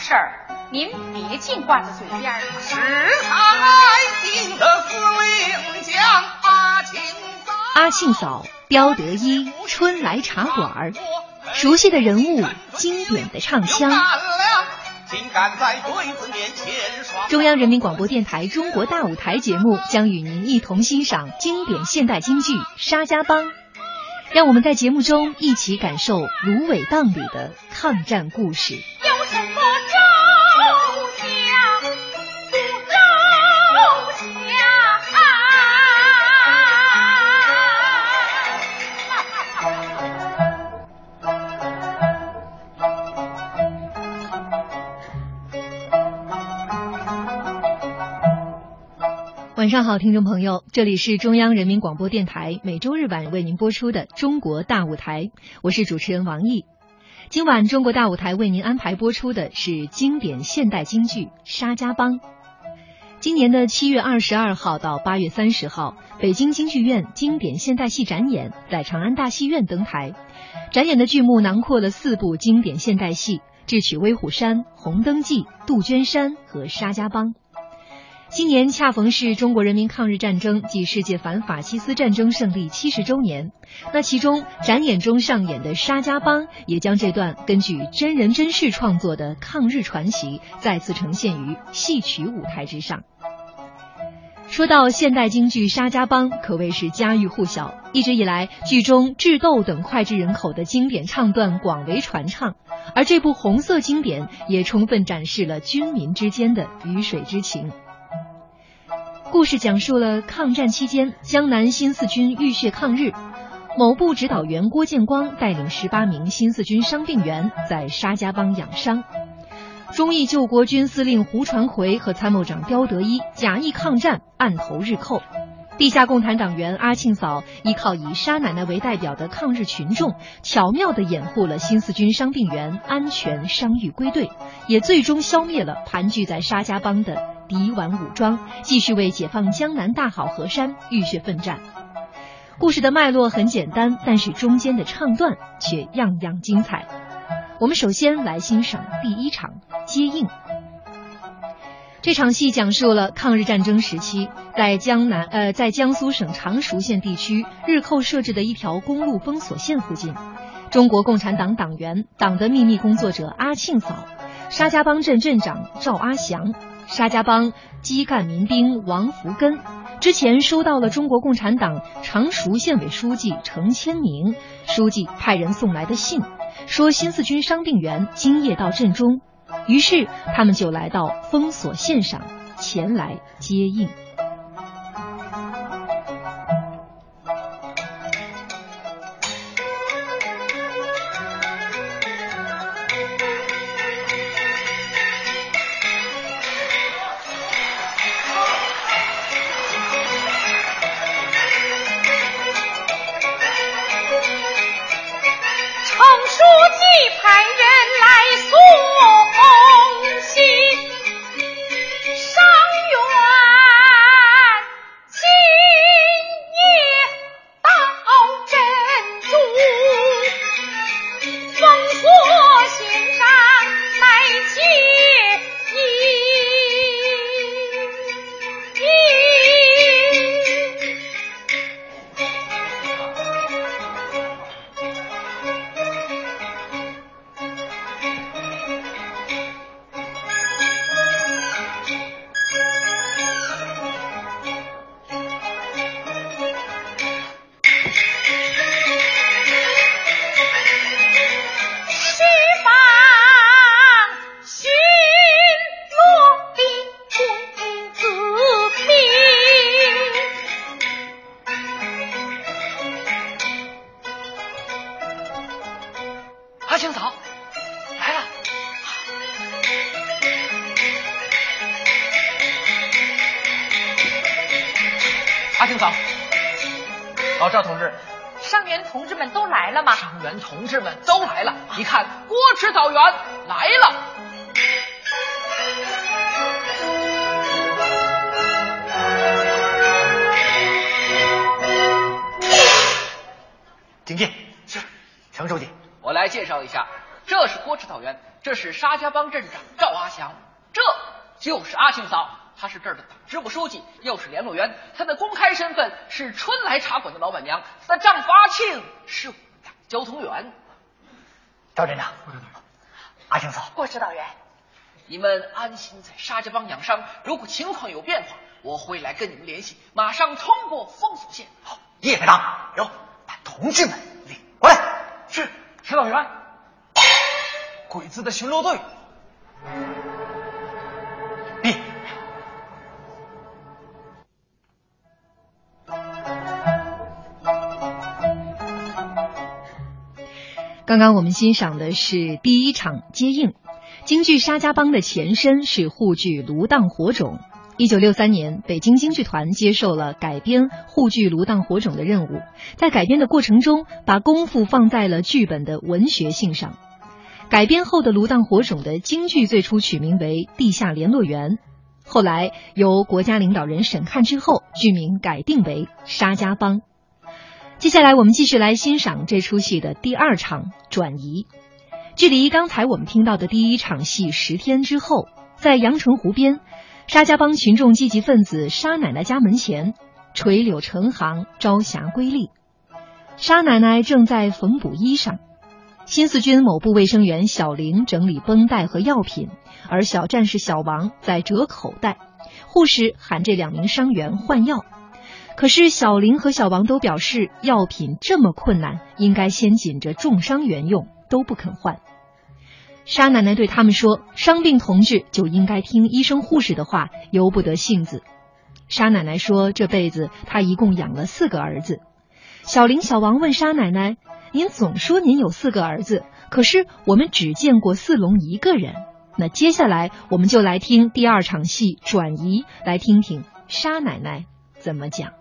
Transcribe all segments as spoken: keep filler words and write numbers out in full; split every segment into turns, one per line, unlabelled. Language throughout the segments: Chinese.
事儿，您别净挂在嘴边儿。
是才定的司令将阿庆嫂，
阿庆嫂、刁德一、春来茶馆儿，熟悉的人物，经典的唱腔。中央人民广播电台中国大舞台节目将与您一同欣赏经典现代京剧《沙家浜》，让我们在节目中一起感受芦苇荡里的抗战故事。
有什么招架不招架？
晚上好，听众朋友，这里是中央人民广播电台每周日晚为您播出的中国大舞台，我是主持人王毅。今晚中国大舞台为您安排播出的是经典现代京剧《沙家浜》。今年的七月二十二号到八月三十号，北京京剧院经典现代戏展演在长安大戏院登台。展演的剧目囊括了四部经典现代戏《智取威虎山》《红灯记》《杜鹃山》和《沙家浜》。今年恰逢是中国人民抗日战争暨世界反法西斯战争胜利七十周年，那其中展演中上演的《沙家浜》也将这段根据真人真事创作的抗日传奇再次呈现于戏曲舞台之上。说到现代京剧《沙家浜》，可谓是家喻户晓，一直以来剧中智斗等脍炙人口的经典唱段广为传唱，而这部红色经典也充分展示了军民之间的鱼水之情。故事讲述了抗战期间江南新四军浴血抗日，某部指导员郭建光带领十八名新四军伤病员在沙家浜养伤。忠义救国军司令胡传回和参谋长刁德一假意抗战，暗投日寇。地下共产党员阿庆嫂依靠以沙奶奶为代表的抗日群众，巧妙地掩护了新四军伤病员安全伤愈归队，也最终消灭了盘踞在沙家浜的敌顽武装，继续为解放江南大好河山浴血奋战。故事的脉络很简单，但是中间的唱段却样样精彩。我们首先来欣赏第一场接应。这场戏讲述了抗日战争时期在江南呃在江苏省常熟县地区日寇设置的一条公路封锁线附近，中国共产党党员、党的秘密工作者阿庆嫂、沙家浜镇镇长赵阿祥、沙家浜基干民兵王福根之前收到了中国共产党常熟县委书记程千明书记派人送来的信，说新四军伤病员今夜到镇中，于是他们就来到封锁线上前来接应。
赵同志，
伤员同志们都来了吗？
伤员同志们都来了，你看郭指导员来了。
警戒。是，程书记，
我来介绍一下，这是郭指导员， 这是沙家浜镇长赵阿祥，这就是阿庆嫂，她是这儿的党支部书记，又是联络员。她的公开身份是春来茶馆的老板娘，她的丈夫阿庆是我们党交通员。
赵镇长，阿庆嫂，
郭指导员，
你们安心在沙家浜养伤，如果情况有变化，我会来跟你们联系，马上通过封锁线。
好，叶排长，有把同志们领过来。
是，指导员。鬼子的巡逻队。
立。
刚刚我们欣赏的是第一场接应。京剧沙家浜的前身是沪剧《芦荡火种》。一九六三年，北京京剧团接受了改编沪剧《芦荡火种》的任务，在改编的过程中，把功夫放在了剧本的文学性上。改编后的《芦荡火种》的京剧最初取名为《地下联络员》，后来由国家领导人审看之后，剧名改定为沙家浜。接下来我们继续来欣赏这出戏的第二场转移。距离刚才我们听到的第一场戏十天之后，在阳澄湖边，沙家浜群众积极分子沙奶奶家门前，垂柳成行，朝霞瑰丽。沙奶奶正在缝补衣裳，新四军某部卫生员小玲整理绷带和药品，而小战士小王在折口袋。护士喊这两名伤员换药，可是小玲和小王都表示药品这么困难，应该先紧着重伤员用，都不肯换。沙奶奶对他们说，伤病同志就应该听医生护士的话，由不得性子。沙奶奶说，这辈子她一共养了四个儿子。小玲小王问沙奶奶，您总说您有四个儿子，可是我们只见过四龙一个人。那接下来我们就来听第二场戏转移，来听听沙奶奶怎么讲。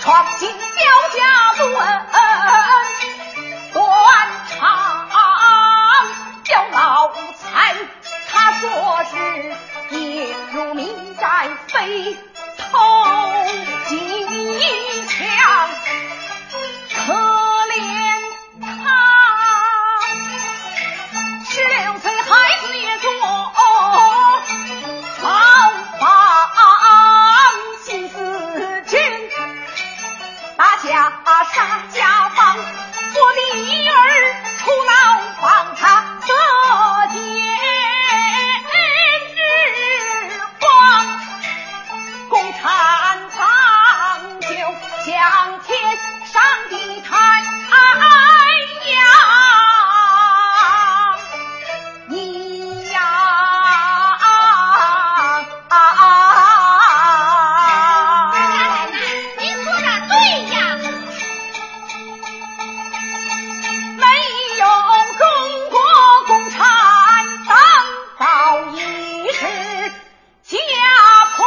闯进刁家村，断肠刁老财，他说是跌入迷寨，飞头几枪，可怜他十六岁孩子也做牢房，心思君打家杀家帮，我的儿出牢房，他得见日光，共产党就向天上的太阳一样。
您说的对呀，
没有中国共产党早已是家破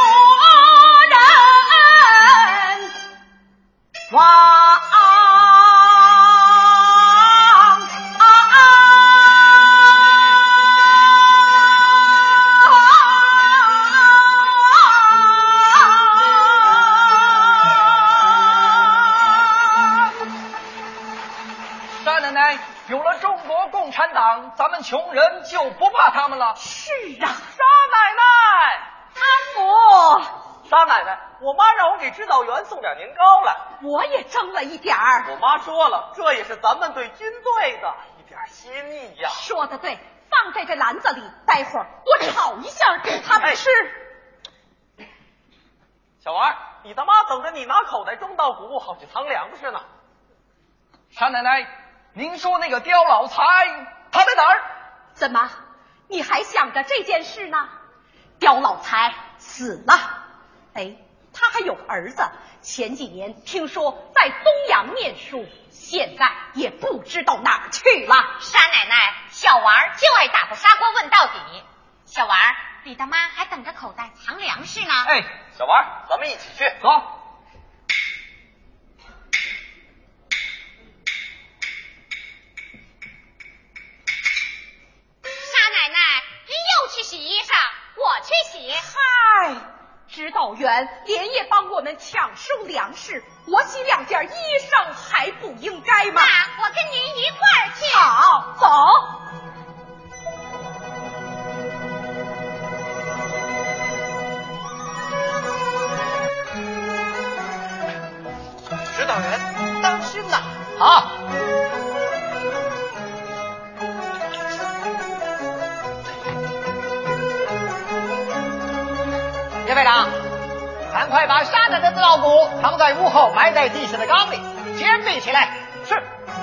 人亡。
单奶奶，有了中国共产党，咱们穷人就不怕他们了。
是啊，
沙奶奶，
安母，
沙奶奶，我妈让我给指导员送点年糕来。
我也蒸了一点儿。
我妈说了，这也是咱们对军队的一点心意呀。
说的对，放在这篮子里，待会儿我炒一下给他们吃。
小娃，你大妈等着你拿口袋装稻谷，好去藏粮食呢。
单奶奶，您说那个刁老财他在哪儿？
怎么，你还想着这件事呢？刁老财死了，哎，他还有个儿子，前几年听说在东洋念书，现在也不知道哪儿去了。
沙奶奶，小娃儿就爱打破砂锅问到底。小娃儿，你大妈还等着口袋藏粮食呢。
哎，小娃，咱们一起去。
走。
去洗衣裳，我去洗。
嗨，指导员连夜帮我们抢收粮食，我洗两件衣裳还不应该吗？
那我跟您一块儿去。
好，走。
指导员，当心呐！
好。叶队长，赶快把沙奶奶的稻谷藏在屋后埋在地下的缸里，坚闭起来。是。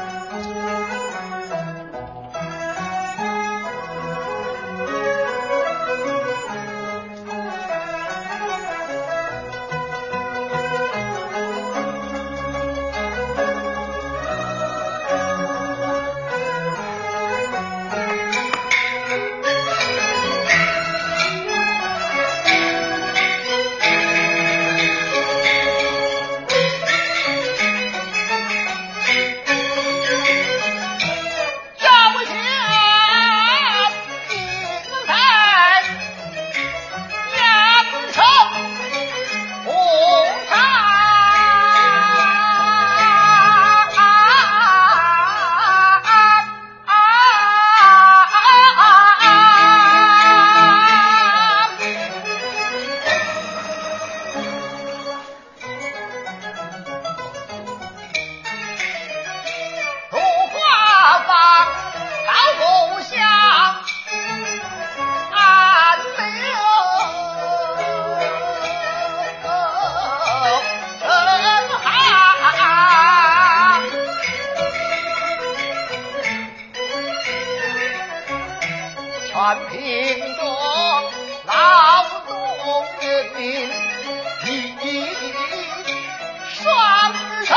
全凭着劳动人民一双手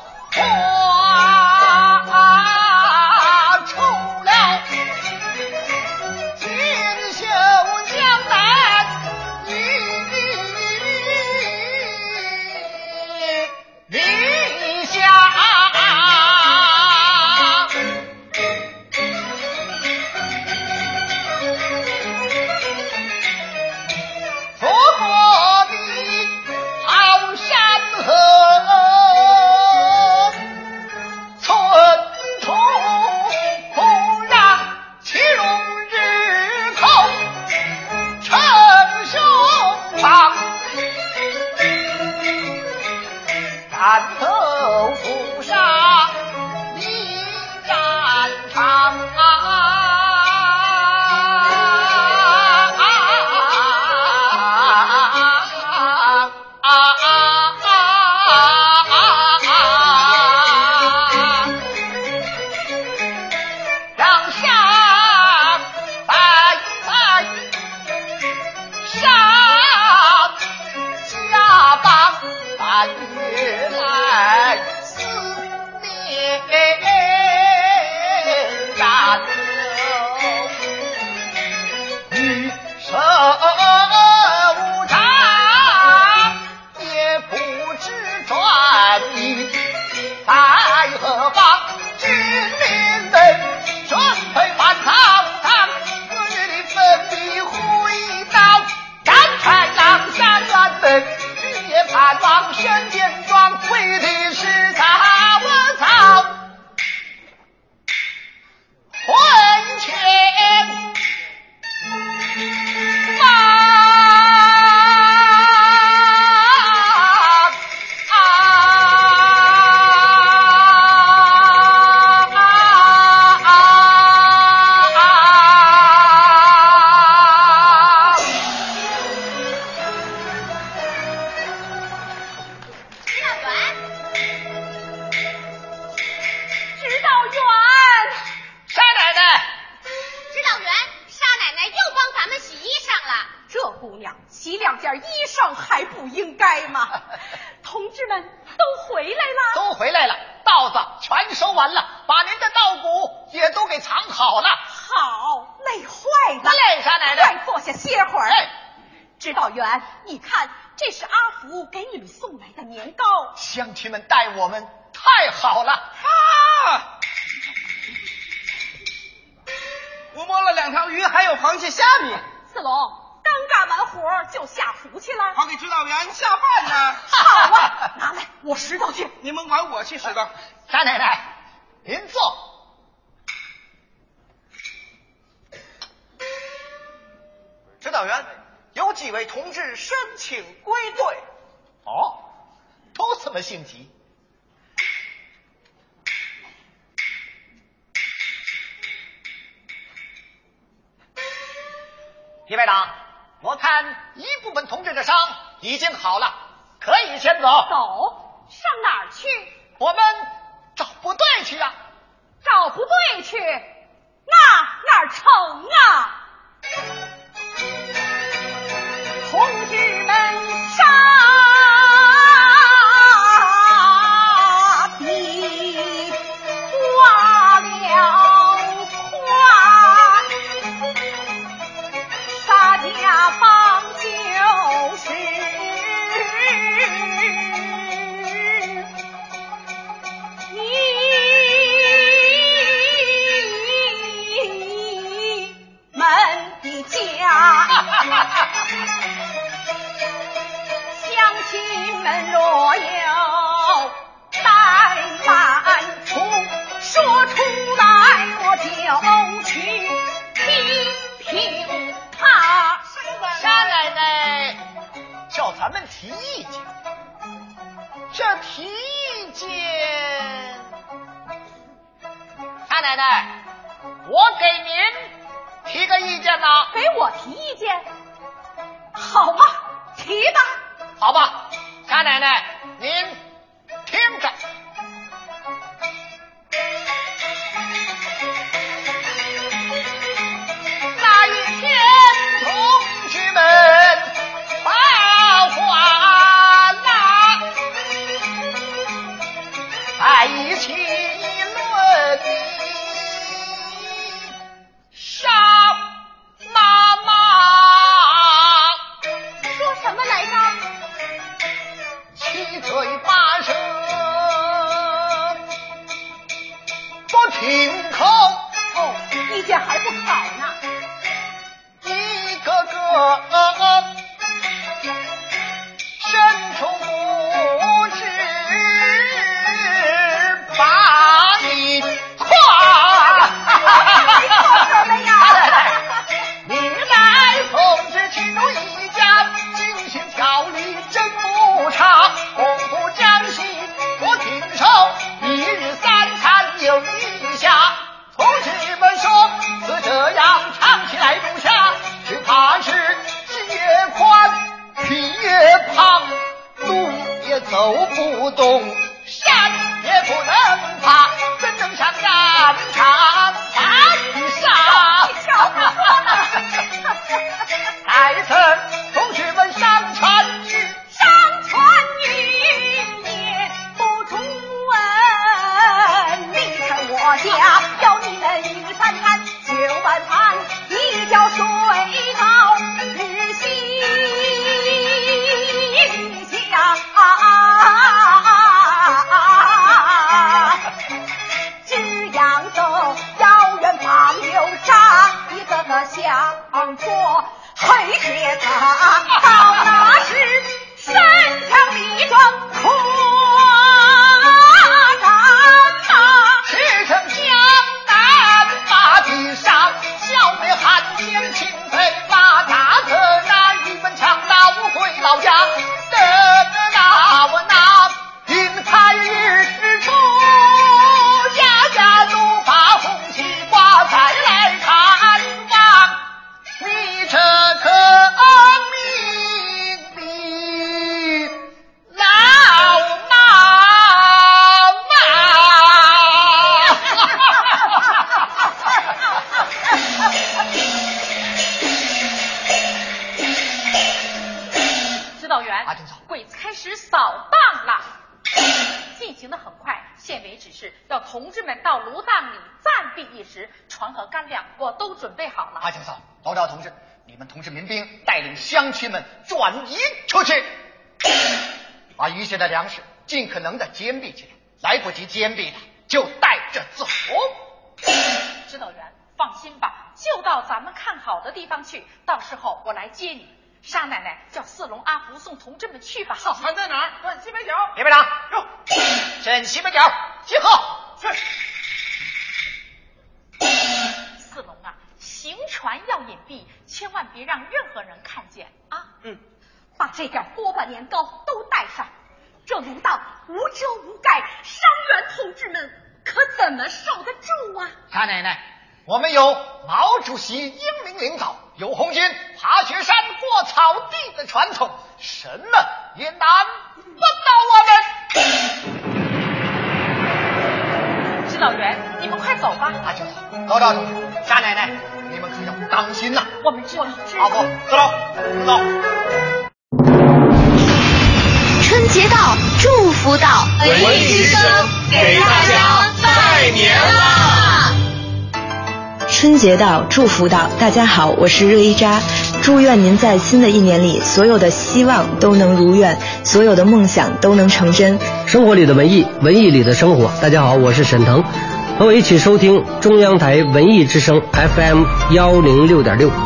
画出了锦绣江南一名。
山头负上一战场啊！
乡亲们待我们太好了啊！
我摸了两条鱼，还有螃蟹、虾米。
四龙刚干完活就下厨去了，
好给指导员下饭呢。
好啊，拿来，我拾到去。
你们管我去拾到。
沙奶奶，您坐。指导员，有几位同志申请归队。哦。都这么性急？李排长，我看一部分同志的伤已经好了，可以先走。
走？上哪儿去？
我们找部队去啊！
找部队去？那哪儿成啊？同志们上！乡亲们若有怠慢处，说出来我就去批评他。
沙奶奶叫咱们提意见，这提意见，沙奶奶，我给您提个意见呢。
给我提意见？好吧，提吧。
好吧，沙奶奶，您听着。那一天，同志们把话啦，在一起论杀妈妈。
说什么来着？
七嘴八舌不动，山也不能爬，怎能上战场打一杀？
你瞧他说的。
在此，同学们上船去，
上船去也不中文，离开我家，要你们一日三餐九碗饭，一觉睡到日西下。这样走，遥远旁有山，一个个像座黑铁塔，到那时身强力壮可战马，
驰骋江南马蹄上，小妹汉奸情匪把大河南，一门强盗回到家，等那我那云彩日出，家家都把红旗挂彩来看望，你这可命的老妈
指导员，
啊，正嫂，
鬼子开始扫荡了，进行的很快。县委指示要同志们到芦荡里暂避一时，船和干粮我都准备好了。
阿庆嫂，老赵同志，你们同志民兵带领乡亲们转移出去，把余下的粮食尽可能的坚壁起来，来不及坚壁的就带着走。
指导员，放心吧，就到咱们看好的地方去，到时候我来接你。沙奶奶叫四龙阿福送同志们去吧。
好，船在哪儿？对，西北角。
李班长，哟，镇西北角集合。
是。
四龙啊，行船要隐蔽，千万别让任何人看见啊。
嗯，
把这点锅巴年糕都带上。这芦荡无遮无盖，伤员同志们可怎么受得住啊？
沙奶奶，我们有毛主席英明领导，有红军爬雪山过草地的传统，什么也难不倒我们。
指导员，你们快走吧。
阿庆嫂，老赵同志，沙奶奶，你们可要当心呐、啊！
我们知道，知道。
阿福，走喽，走。
春节到，祝福到，
文艺之声给大家拜年啦！
春节到，祝福到，大家好，我是热依扎，祝愿您在新的一年里，所有的希望都能如愿，所有的梦想都能成真。
生活里的文艺，文艺里的生活。大家好，我是沈腾，和我一起收听中央台文艺之声 F M 幺零六点六。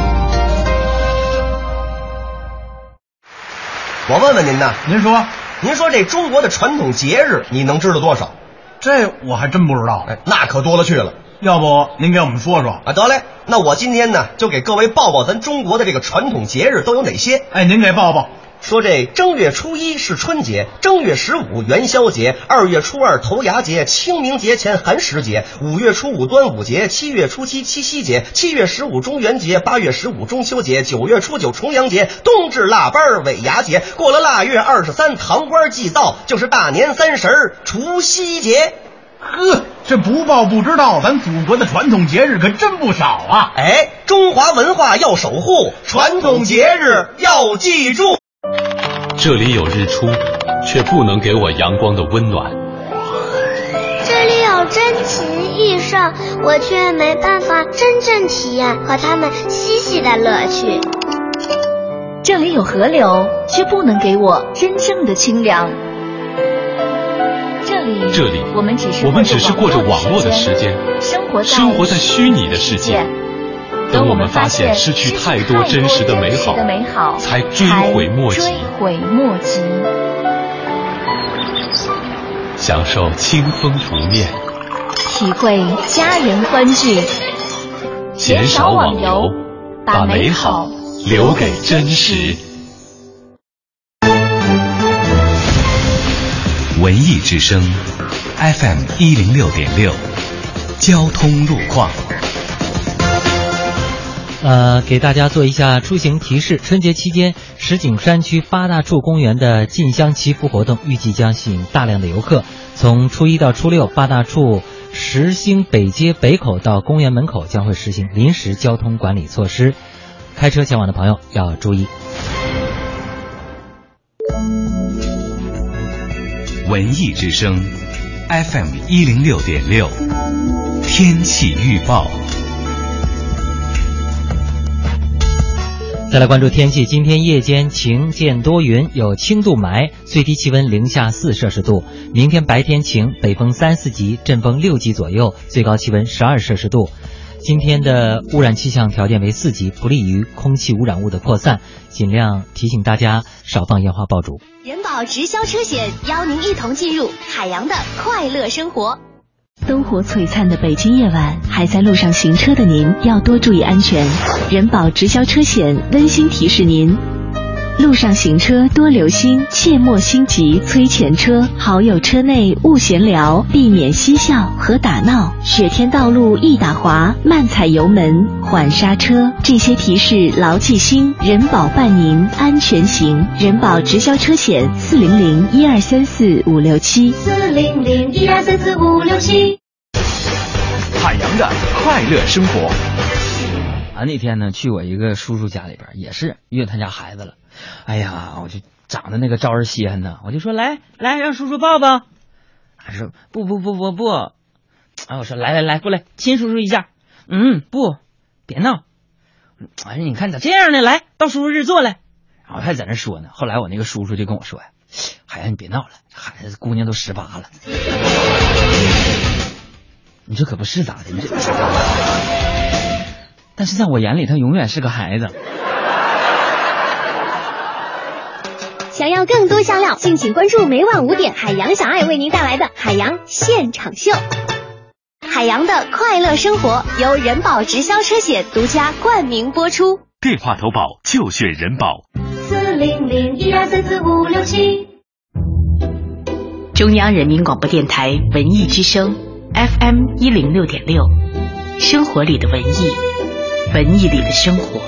我问问您呢，
您说，
您说这中国的传统节日，你能知道多少？
这我还真不知道。
哎，那可多了去了。
要不您给我们说说
啊？得嘞，那我今天呢就给各位报报咱中国的这个传统节日都有哪些。
哎，您给报报。
说这正月初一是春节，正月十五元宵节，二月初二头牙节，清明节前寒食节，五月初五端午节，七月初七七夕节，七月十五中元节，八月十五中秋节，九月初九重阳节，冬至腊八尾牙节，过了腊月二十三堂官祭灶，就是大年三十除夕节。
呵，这不报不知道，咱祖国的传统节日可真不少啊！
哎，中华文化要守护，传统节日要记住。
这里有日出，却不能给我阳光的温暖。
这里有珍禽异兽，我却没办法真正体验和它们嬉戏的乐趣。
这里有河流，却不能给我真正的清凉。这里，
这里
我们只是
我们只是过着网络的时间，
生活在
生活在虚拟的世界。等我们发现失去太多真实的美好，才追悔莫及。
追悔莫及。
享受清风拂面，
体会家人欢聚，
减少网游，把美好留给真实。文艺之声 F M 一零六点六，交通路况。
呃，给大家做一下出行提示。春节期间，石景山区八大处公园的进香祈福活动预计将吸引大量的游客。从初一到初六，八大处石兴北街北口到公园门口将会实行临时交通管理措施，开车前往的朋友要注意。
文艺之声 F M 一零六点六，天气预报。
再来关注天气，今天夜间晴见多云，有轻度霾，最低气温零下四摄氏度。明天白天晴，北风三四级，阵风六级左右，最高气温十二摄氏度。今天的污染气象条件为四级，不利于空气污染物的扩散，尽量提醒大家少放烟花爆竹。
人保直销车险邀您一同进入海洋的快乐生活。灯火璀璨的北京夜晚，还在路上行车的您要多注意安全。人保直销车险温馨提示您，路上行车多留心，切莫心急催前车，好友车内勿闲聊，避免嬉笑和打闹，雪天道路易打滑，慢踩油门，缓刹车，这些提示牢记心，人保伴您安全行。人保直销车险四零零一二三四五六七四零零一二三四五六七。
海洋的快乐生活。
啊，那天呢，去我一个叔叔家里边，也是约他家孩子了。哎呀，我就长得那个招人稀罕呢，我就说来来，让叔叔抱抱。他说不不不不不。啊，我说来来来，过来亲叔叔一下。嗯，不，别闹。哎，你看咋这样呢？来到叔叔这坐来。然后还在那说呢。后来我那个叔叔就跟我说呀：“孩子，你别闹了，孩子姑娘都十八了。”你这可不是咋的？你这，但是在我眼里，他永远是个孩子。
想要更多香料，敬请关注每晚五点海洋小爱为您带来的海洋现场秀。海洋的快乐生活由人保直销车险独家冠名播出。
电话投保就选人保。
四零零一二三四五六七。
中央人民广播电台文艺之声 F M 一零六点六，生活里的文艺，文艺里的生活。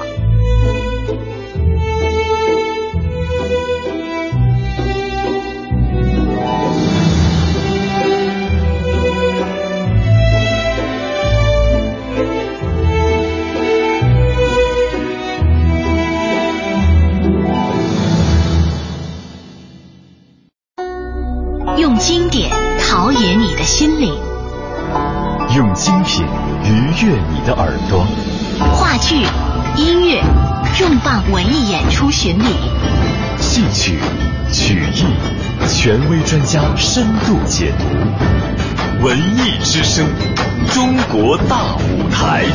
用经典陶冶你的心灵，
用精品愉悦你的耳朵。
话剧、音乐、重磅文艺演出巡礼，
戏曲、曲艺，权威专家深度解读。文艺之声，中国大舞台。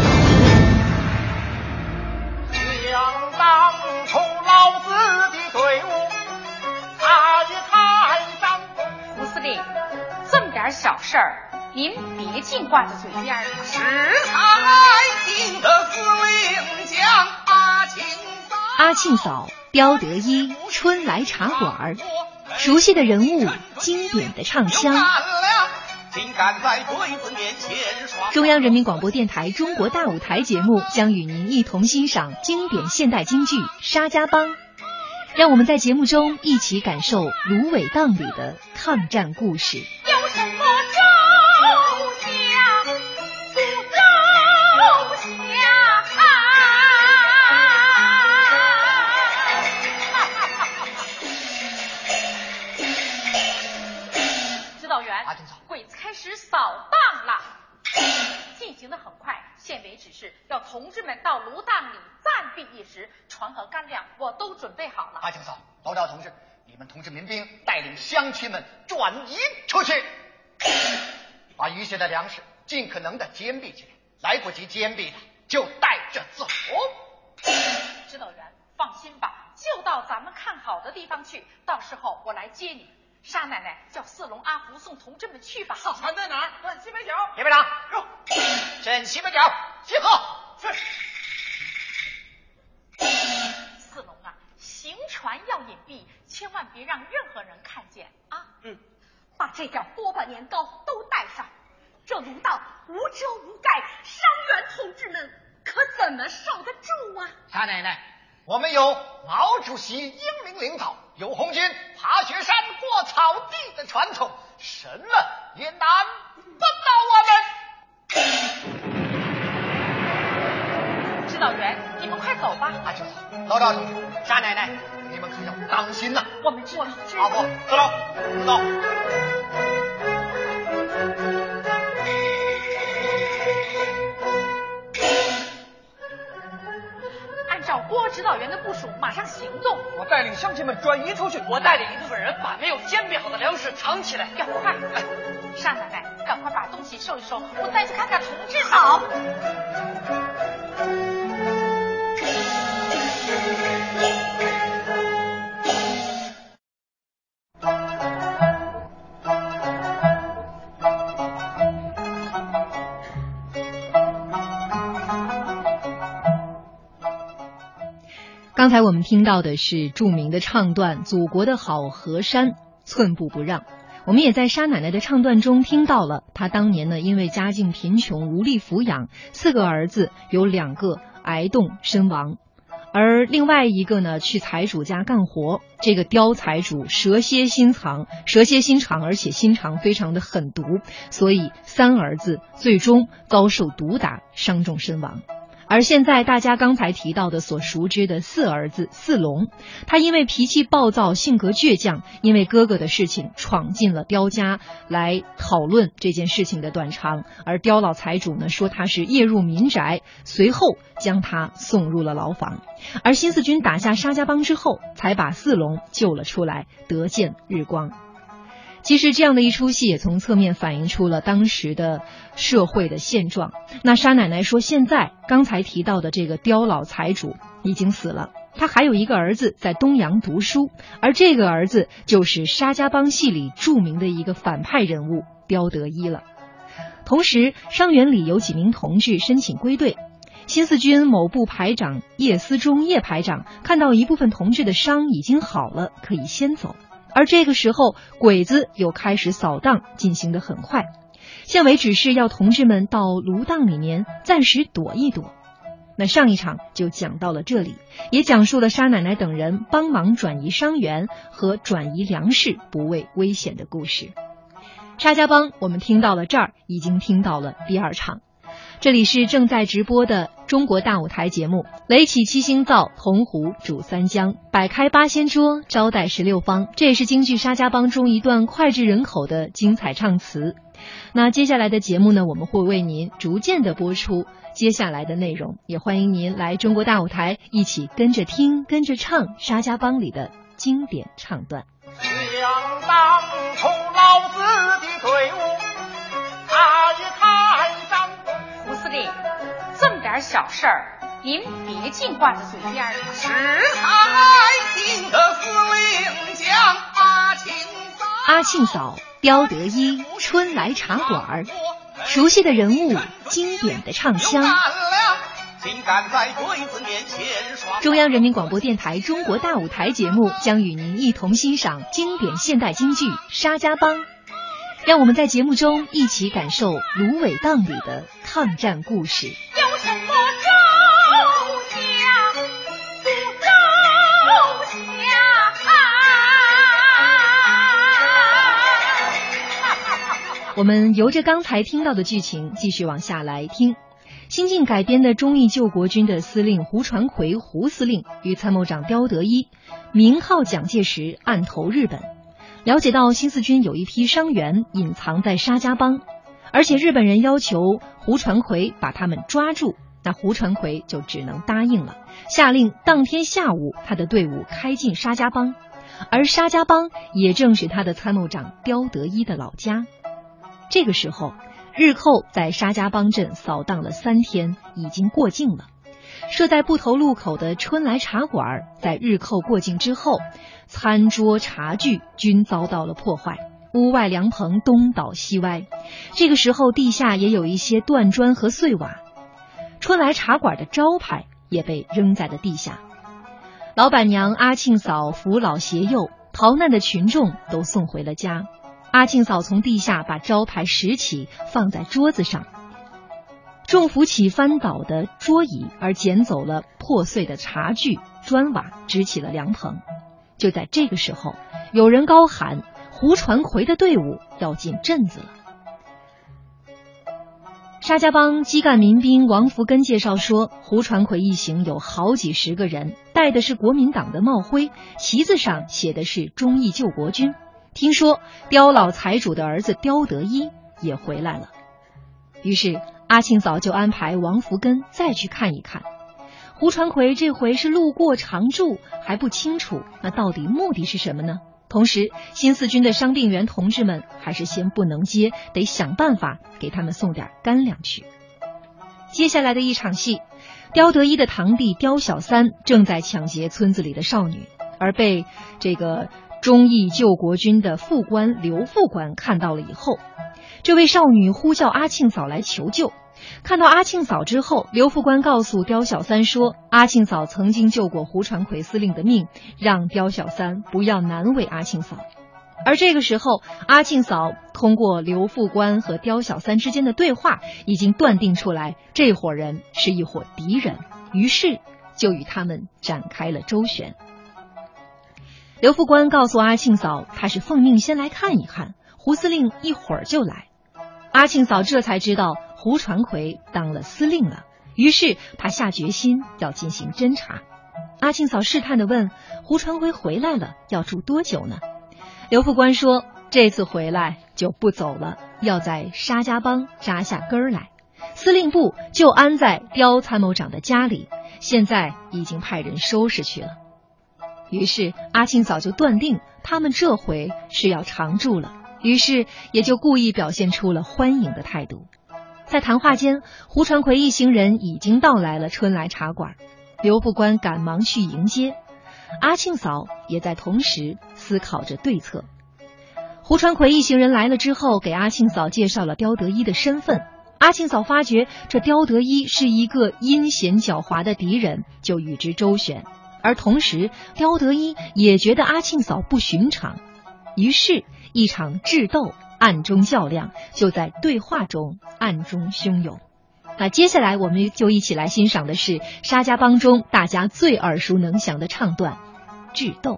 想当初老子的队伍，他也太张弓。
吴司令，这么点小事儿，您别净挂在嘴边儿。
是才记得司令将阿庆嫂。
阿庆嫂、刁德一、春来茶馆，熟悉的人物，经典的唱腔。中央人民广播电台中国大舞台节目将与您一同欣赏经典现代京剧《沙家浜》，让我们在节目中一起感受芦苇荡里的抗战故事。
有什么周家不周家？指导员，鬼子开始扫荡了，进行的很快。县委指示要同志们到芦荡里暂避一时，船和干粮我都准备好了。
阿庆嫂、老赵同志，你们通知民兵带领乡亲们转移出去，把余下的粮食尽可能的坚壁起来，来不及坚壁的就带着走。
指导员，放心吧，就到咱们看好的地方去，到时候我来接你。沙奶奶叫四龙阿福送同志们去吧。
上船在哪儿？镇西北角。
铁班长，镇西北角集合。
是。
四龙啊，行船要隐蔽，千万别让任何人看见啊。
嗯，把这点饽饽年糕都带上，这炉道无遮无盖，伤员同志们可怎么受得住啊？
沙奶奶，我们有毛主席英明领导，有红军爬雪山过草地的传统，什么也难不倒我们。
指导员，你们快走吧。
阿青嫂，老赵同志，沙奶奶，你们可要当心呐、啊！
我们知道，
阿伯，走喽，走。
按照郭指导员的部署，马上行动。
我带领乡亲们转移出去，我带领一部分人把没有煎饼好的粮食藏起来。
要快！哎，沙奶奶，赶快把东西收一收，我再去看看同志们。
好。
刚才我们听到的是著名的唱段《祖国的好河山，寸步不让》。我们也在沙奶奶的唱段中听到了她当年呢，因为家境贫穷无力抚养四个儿子，有两个挨冻身亡，而另外一个呢去财主家干活。这个刁财主蛇蝎心肠，蛇蝎心肠，而且心肠非常的狠毒，所以三儿子最终遭受毒打，伤重身亡。而现在大家刚才提到的所熟知的四儿子四龙，他因为脾气暴躁，性格倔强，因为哥哥的事情闯进了刁家来讨论这件事情的短长，而刁老财主呢说他是夜入民宅，随后将他送入了牢房。而新四军打下沙家浜之后，才把四龙救了出来，得见日光。其实这样的一出戏也从侧面反映出了当时的社会的现状。那沙奶奶说，现在刚才提到的这个刁老财主已经死了，他还有一个儿子在东洋读书，而这个儿子就是沙家浜戏里著名的一个反派人物刁德一了。同时伤员里有几名同志申请归队，新四军某部排长叶思忠叶排长看到一部分同志的伤已经好了，可以先走。而这个时候鬼子又开始扫荡，进行得很快。县委指示要同志们到芦荡里面暂时躲一躲。那上一场就讲到了这里，也讲述了沙奶奶等人帮忙转移伤员和转移粮食不畏危险的故事。沙家浜我们听到了这儿，已经听到了第二场。这里是正在直播的中国大舞台节目，雷起七星灶，铜壶煮三江，摆开八仙桌，招待十六方。这也是京剧沙家浜中一段脍炙人口的精彩唱词。那接下来的节目呢，我们会为您逐渐的播出接下来的内容，也欢迎您来中国大舞台一起跟着听跟着唱沙家浜里的经典唱段。
想当初老子的队伍，他一开张。
吴司令，这么点小事儿，您别净挂在嘴边儿。
是海清的司令将阿庆嫂，
阿庆嫂，刁德一，春来茶馆，熟悉的人物，经典的唱腔。中央人民广播电台中国大舞台节目将与您一同欣赏经典现代京剧《沙家浜》。让我们在节目中一起感受芦苇荡里的抗战故事。
有什么周家不周家？
我们由着刚才听到的剧情继续往下来听。新晋改编的忠义救国军的司令胡传魁胡司令与参谋长刁德一明号蒋介石，暗投日本。了解到新四军有一批伤员隐藏在沙家浜，而且日本人要求胡传魁把他们抓住，那胡传魁就只能答应了，下令当天下午他的队伍开进沙家浜，而沙家浜也正是他的参谋长刁德一的老家。这个时候日寇在沙家浜镇扫荡了三天，已经过境了。设在埠头路口的春来茶馆在日寇过境之后，餐桌茶具均遭到了破坏，屋外凉棚东倒西歪，这个时候地下也有一些断砖和碎瓦，春来茶馆的招牌也被扔在了地下。老板娘阿庆嫂扶老携幼，逃难的群众都送回了家。阿庆嫂从地下把招牌拾起放在桌子上， 重扶起翻倒的桌椅，而捡走了破碎的茶具、砖瓦，支起了凉棚。就在这个时候，有人高喊：胡传魁的队伍要进镇子了。沙家浜基干民兵王福根介绍说，胡传魁一行有好几十个人，戴的是国民党的帽徽，旗子上写的是忠义救国军。听说刁老财主的儿子刁德一也回来了，于是阿庆嫂就安排王福根再去看一看。胡传魁这回是路过常住，还不清楚那到底目的是什么呢？同时新四军的伤病员同志们还是先不能接，得想办法给他们送点干粮去。接下来的一场戏，刁德一的堂弟刁小三正在抢劫村子里的少女，而被这个忠义救国军的副官刘副官看到了以后，这位少女呼叫阿庆嫂来求救。看到阿庆嫂之后，刘副官告诉刁小三说，阿庆嫂曾经救过胡传魁司令的命，让刁小三不要难为阿庆嫂。而这个时候，阿庆嫂通过刘副官和刁小三之间的对话，已经断定出来这伙人是一伙敌人，于是就与他们展开了周旋。刘副官告诉阿庆嫂，他是奉命先来看一看，胡司令一会儿就来。阿庆嫂这才知道胡传魁当了司令了，于是他下决心要进行侦查。阿庆嫂试探地问，胡传魁回来了要住多久呢？刘副官说，这次回来就不走了，要在沙家浜扎下根儿来。司令部就安在刁参谋长的家里，现在已经派人收拾去了。于是阿庆嫂就断定他们这回是要常住了，于是也就故意表现出了欢迎的态度。在谈话间，胡传魁一行人已经到来了春来茶馆，刘副官赶忙去迎接，阿庆嫂也在同时思考着对策。胡传魁一行人来了之后，给阿庆嫂介绍了刁德一的身份。阿庆嫂发觉这刁德一是一个阴险狡猾的敌人，就与之周旋，而同时刁德一也觉得阿庆嫂不寻常，于是一场智斗暗中较量就在对话中暗中汹涌。那接下来我们就一起来欣赏的是沙家浜中大家最耳熟能详的唱段《智斗》。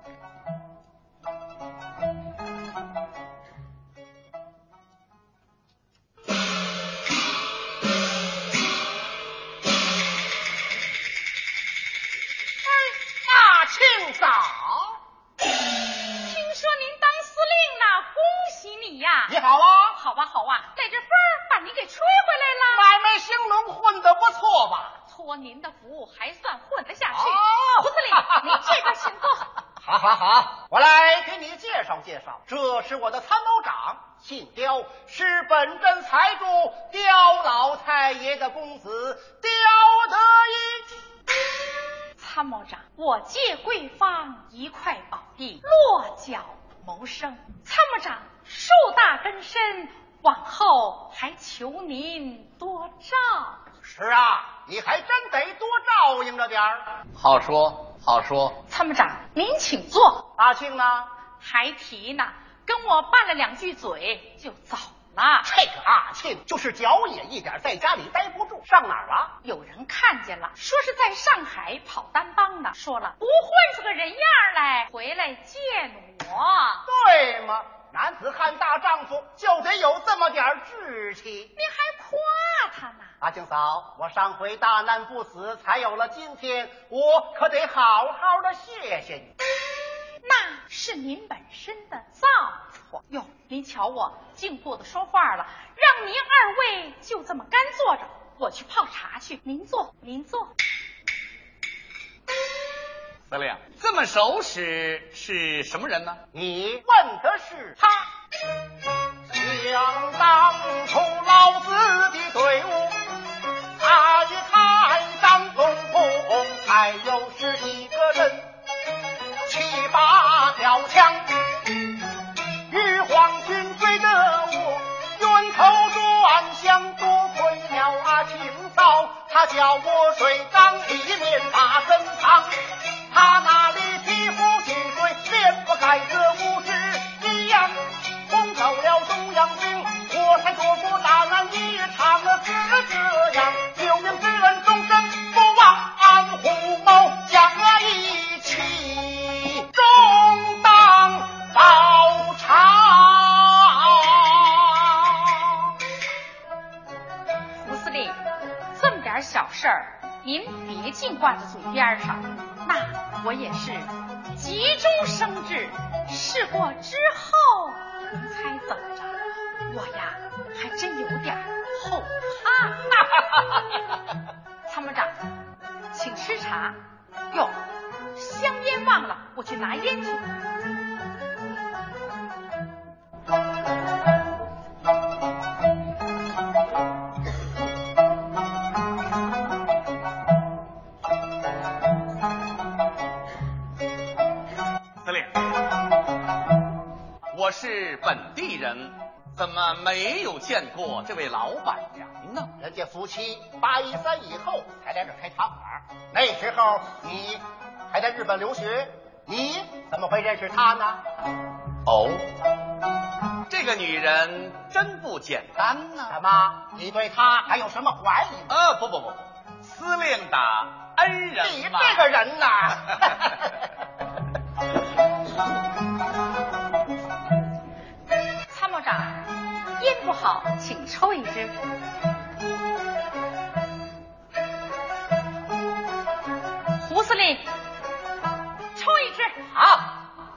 你好啊，
好啊好啊，带着风儿把您给吹回来了。
买卖兴隆混得不错吧？
托您的福，还算混得下去。
哦、
胡司令，您这边请坐。
好好好，我来给你介绍介绍，这是我的参谋长，姓刁，是本镇财主刁老太爷的公子刁德一。
参谋长，我借贵方一块宝地，落脚谋生。参谋长树大根深，往后还求您多照。
是啊，你还真得多照应着点儿。
好说好说。
参谋长您请坐。
阿庆呢？
还提呢，跟我拌了两句嘴就走了。
这个阿庆就是脚野一点，在家里待不住，上哪儿了？
有人看见了，说是在上海跑单帮呢，说了不混出个人样来回来见我。
对吗？男子汉大丈夫就得有这么点志气。
您还夸他呢？
阿庆嫂，我上回大难不死，才有了今天，我可得好好的谢谢你。
那是您本身的造化哟。您瞧我净不得说话了，让您二位就这么干坐着，我去泡茶去。您坐，您坐。
司令，这么熟识是什么人呢？
你问的是他。想当初老子的队伍，他一看张总不红，还有十几个人，七八条枪，玉皇军追着我，源头转向，多亏了阿庆嫂，他叫我水缸里面把身藏。他那里皮肤进水，脸不改色不是一样，轰走了中央兵，我才躲过大难一场，是这样。
挂在嘴边上，那我也是急中生智，试过之后，您猜怎么着？我呀，还真有点后怕。参谋长，请吃茶。哟，香烟忘了，我去拿烟去。
司令，我是本地人，怎么没有见过这位老板娘呢？
人家夫妻八一三以后才来这开茶馆，那时候你还在日本留学，你怎么会认识她呢？
哦，这个女人真不简单呢、啊。
什么？你对她还有什么怀疑？
呃，不不不不，司令的恩人嘛。
你这个人呐！
参谋长，烟不好，请抽一支。胡司令，抽一支。
好。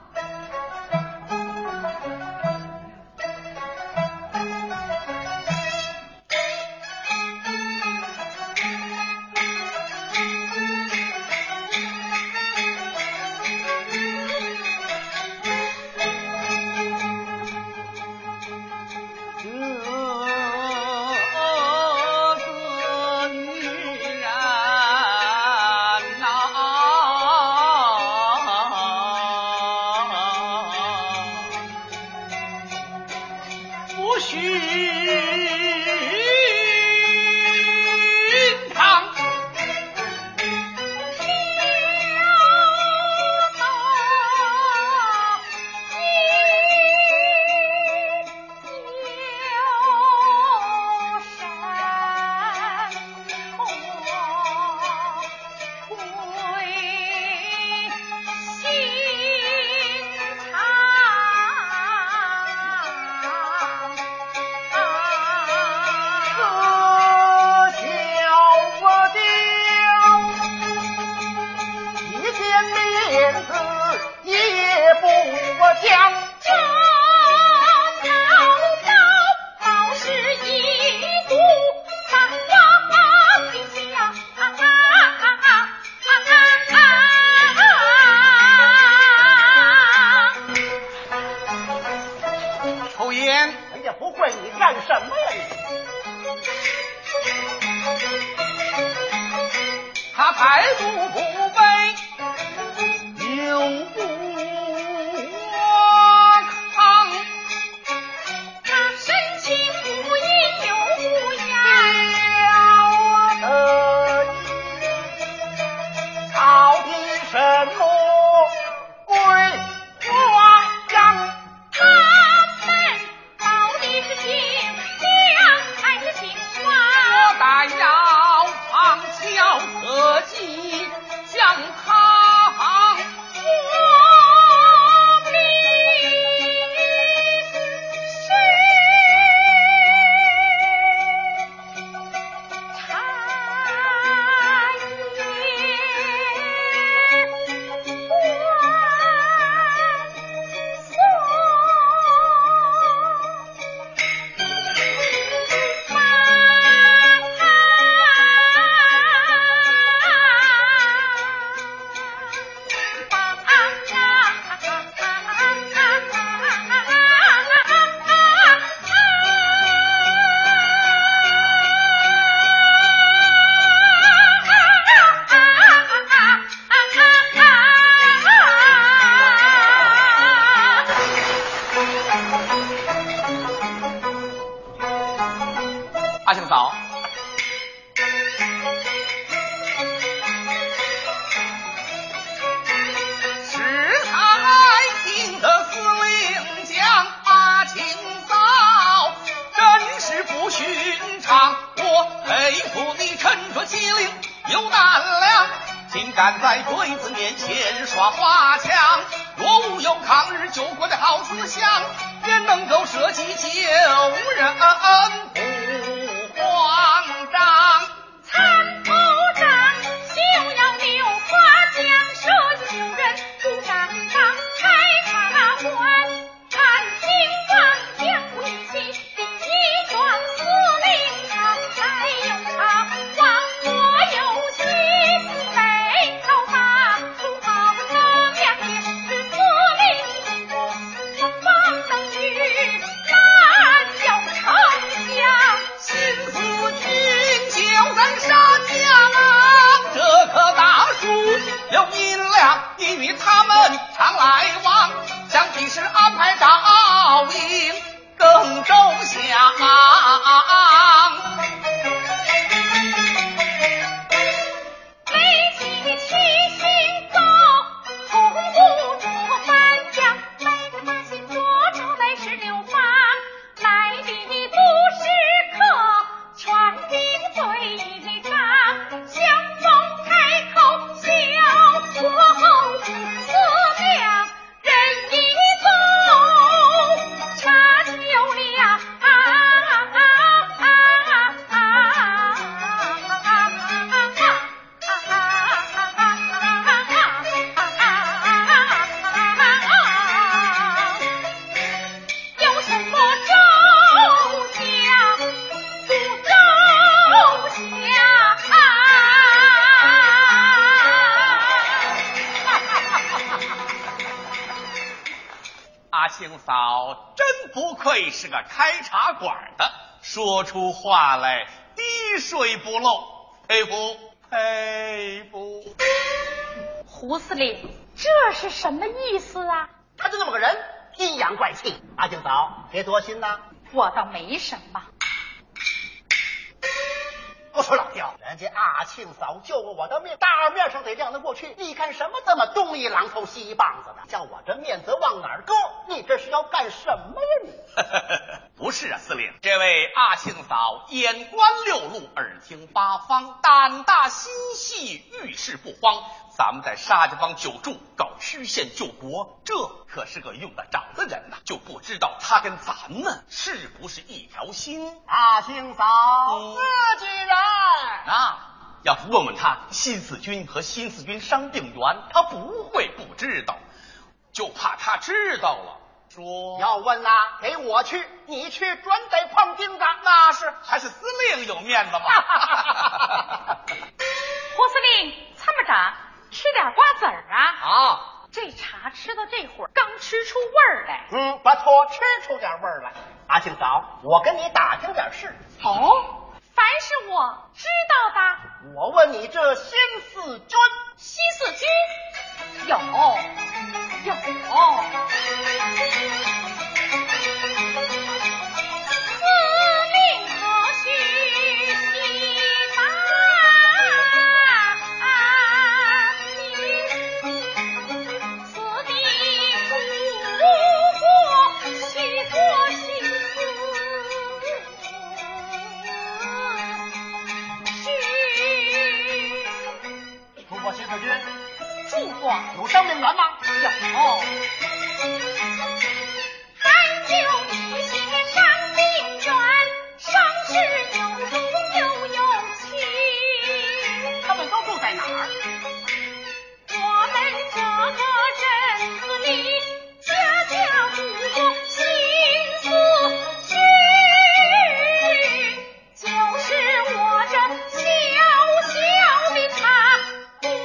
阿庆嫂，
是才听得司令讲阿庆嫂，真是不寻常。我佩服你沉着机灵有胆量，竟敢在鬼子面前耍花枪。若无有抗日救国的好思想，便能够舍己救人不慌张。
参谋长就要
庆嫂真不愧是个开茶馆的，说出话来滴水不漏，佩服佩服。
胡司令，这是什么意思啊？
他就这么个人，阴阳怪气。阿庆嫂，别多心呐。
我倒没什么。
我说老刁，人家阿庆嫂救过我的命，大面上得亮得过去，你干什么这么东一榔头西一棒子的？叫我这面子往哪儿搁？你这是要干什么呀你？
不是啊，司令，这位阿庆嫂眼观六路，耳听八方，胆大心细，遇事不慌。咱们在沙家浜久住，搞曲线救国，这可是个用得着的人呐，就不知道他跟咱们是不是一条心。
阿庆嫂、嗯、自己人
啊，要是问问他新四军和新四军伤病员，他不会不知道，就怕他知道了说
要问啦，给我去，你去准得碰钉子。
那是还是司令有面子嘛。
胡司令，参谋长，吃点瓜子儿啊！
啊，
这茶吃到这会儿，刚吃出味儿来。
嗯，不错，吃出点味儿来。阿庆嫂，我跟你打听点事。
哦，凡是我知道的。
我问你，这新四军，
新四军有有。司令可许细打此地祖国许多心思
许中国新四军
住过
有伤病员吗？
有，还有一些伤病员，伤势有重又有轻。
他们都住在哪儿？
我们这个镇子里，家家住过新四军，就是我这小小的茶馆。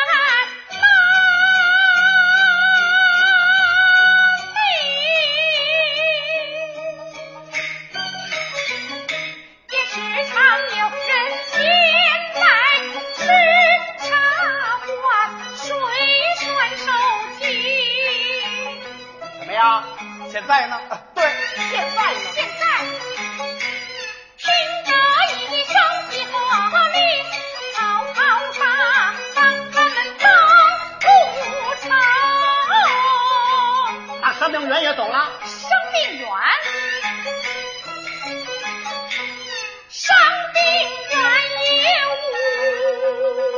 现在呢？啊、对，现在呢？
现在听着一声的号令，曹操他让他们登不成。
啊，伤病员也走了。
伤病员，伤病员也无。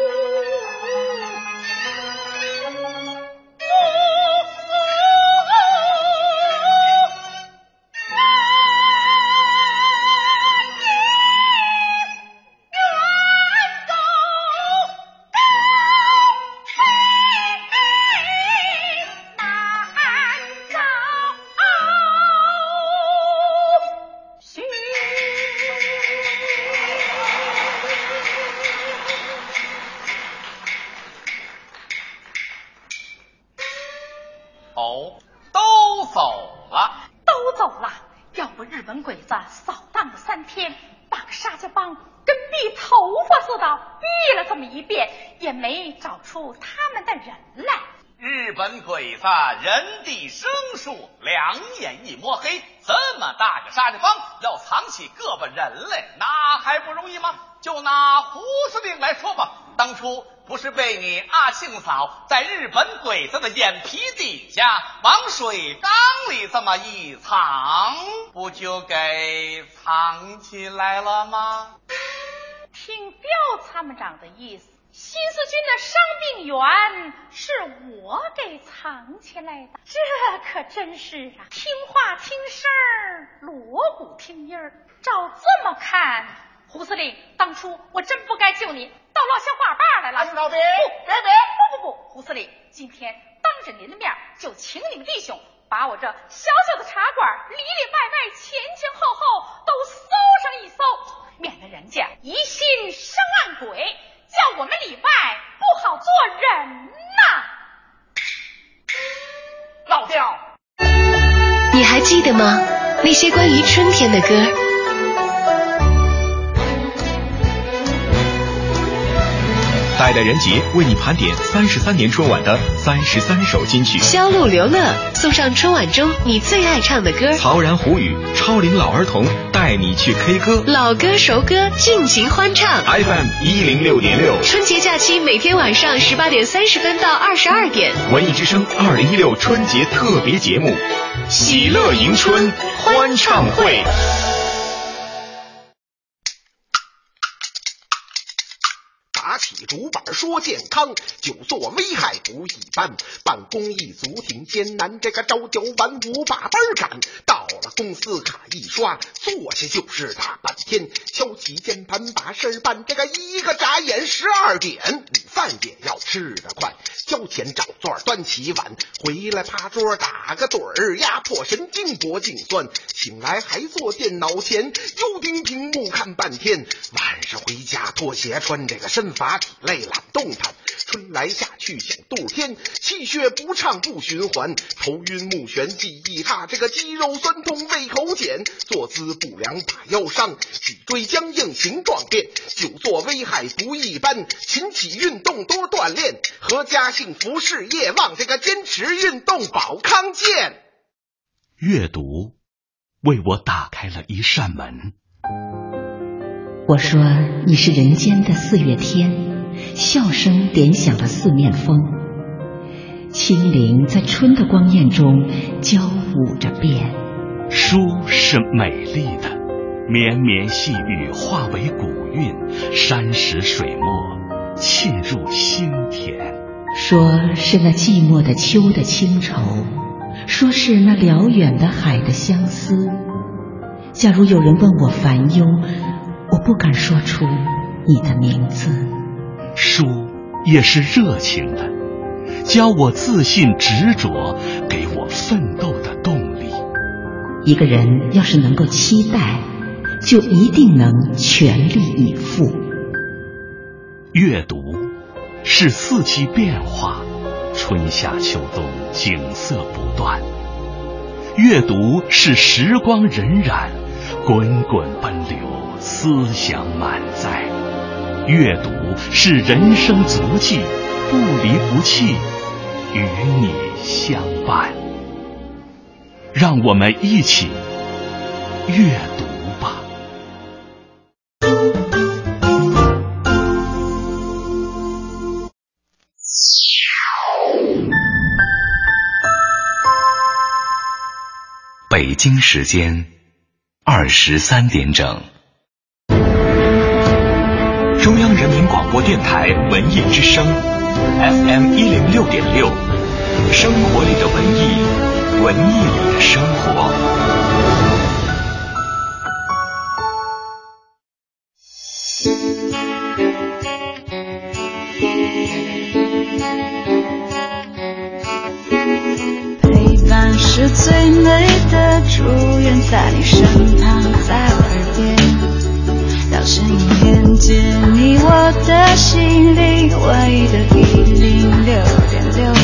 哦，都走了，
都走了。要不日本鬼子扫荡了三天，把沙家浜跟避头发似的避了这么一遍，也没找出他们的人来。
日本鬼子人地生疏，两眼一摸黑，这么大个沙家浜，要藏起个把人来，那还不容易吗？就拿胡司令来说吧，当初不是被你阿庆嫂在日本鬼子的眼皮底下往水缸里这么一藏，不就给藏起来了吗？
听刁参谋长的意思，新四军的伤病员是我给藏起来的，这可真是啊，听话听声儿，锣鼓听音儿。照这么看，胡司令，当初我真不该救你，倒落下话把来了。
阿庆嫂，别
别别不不不，胡司令，今天当着您的面，就请你们弟兄把我这小小的茶馆里里外外前前后后都搜上一搜，免得人家疑心生暗鬼，叫我们里外不好做人呐。
老刁。
记得吗？那些关于春天的歌。
代代人杰为你盘点三十三年春晚的三十三首金曲。
销路刘乐送上春晚中你最爱唱的歌。
曹然胡语超龄老儿童带你去 K 歌，
老歌熟歌尽情欢唱。
F M 一零六点六，
春节假期每天晚上十八点三十分到二十二点，
文艺之声二零一六春节特别节目，喜乐迎春欢唱会。
打起竹板说健康，久坐危害不一般。办公一族挺艰难，这个朝九晚五把班赶。到了公司卡一刷，坐下就是大半天。敲起键盘把事办，这个一个眨眼十二点。午饭也要吃得快，交钱找座端起碗，回来趴桌打个盹儿，压迫神经脖颈酸。醒来还坐电脑前，又盯屏幕看半天。晚上回家脱鞋穿，这个身乏体累懒动弹。春来夏去想度天，气血不畅不循环，头晕目眩记忆差，这个肌肉酸痛胃口减，坐姿不良把腰伤，脊椎僵硬形状变，久坐危害不一般，勤起运动多锻炼，阖家幸福事业旺，这个坚持运动保康健。
阅读为我打开了一扇门。
我说你是人间的四月天，笑声点响了四面风，清灵在春的光艳中交舞着变。
书是美丽的，绵绵细雨化为古韵，山石水墨沁入心田。
说是那寂寞的秋的清愁，说是那辽远的海的相思。假如有人问我烦忧，我不敢说出你的名字。
书也是热情的，教我自信执着，给我奋斗的动力。
一个人要是能够期待，就一定能全力以赴。
阅读是四季变化，春夏秋冬景色不断。阅读是时光荏苒，滚滚奔流，思想满载。阅读是人生足迹，不离不弃，与你相伴。让我们一起阅读吧。
北京时间二十三点整。中央人民广播电台文艺之声 F M 一零六点六，生活里的文艺，文艺里的生活。
陪伴是最美的祝愿，在你身旁，在耳边，让声音连接你我的心灵，唯一的一零六点六，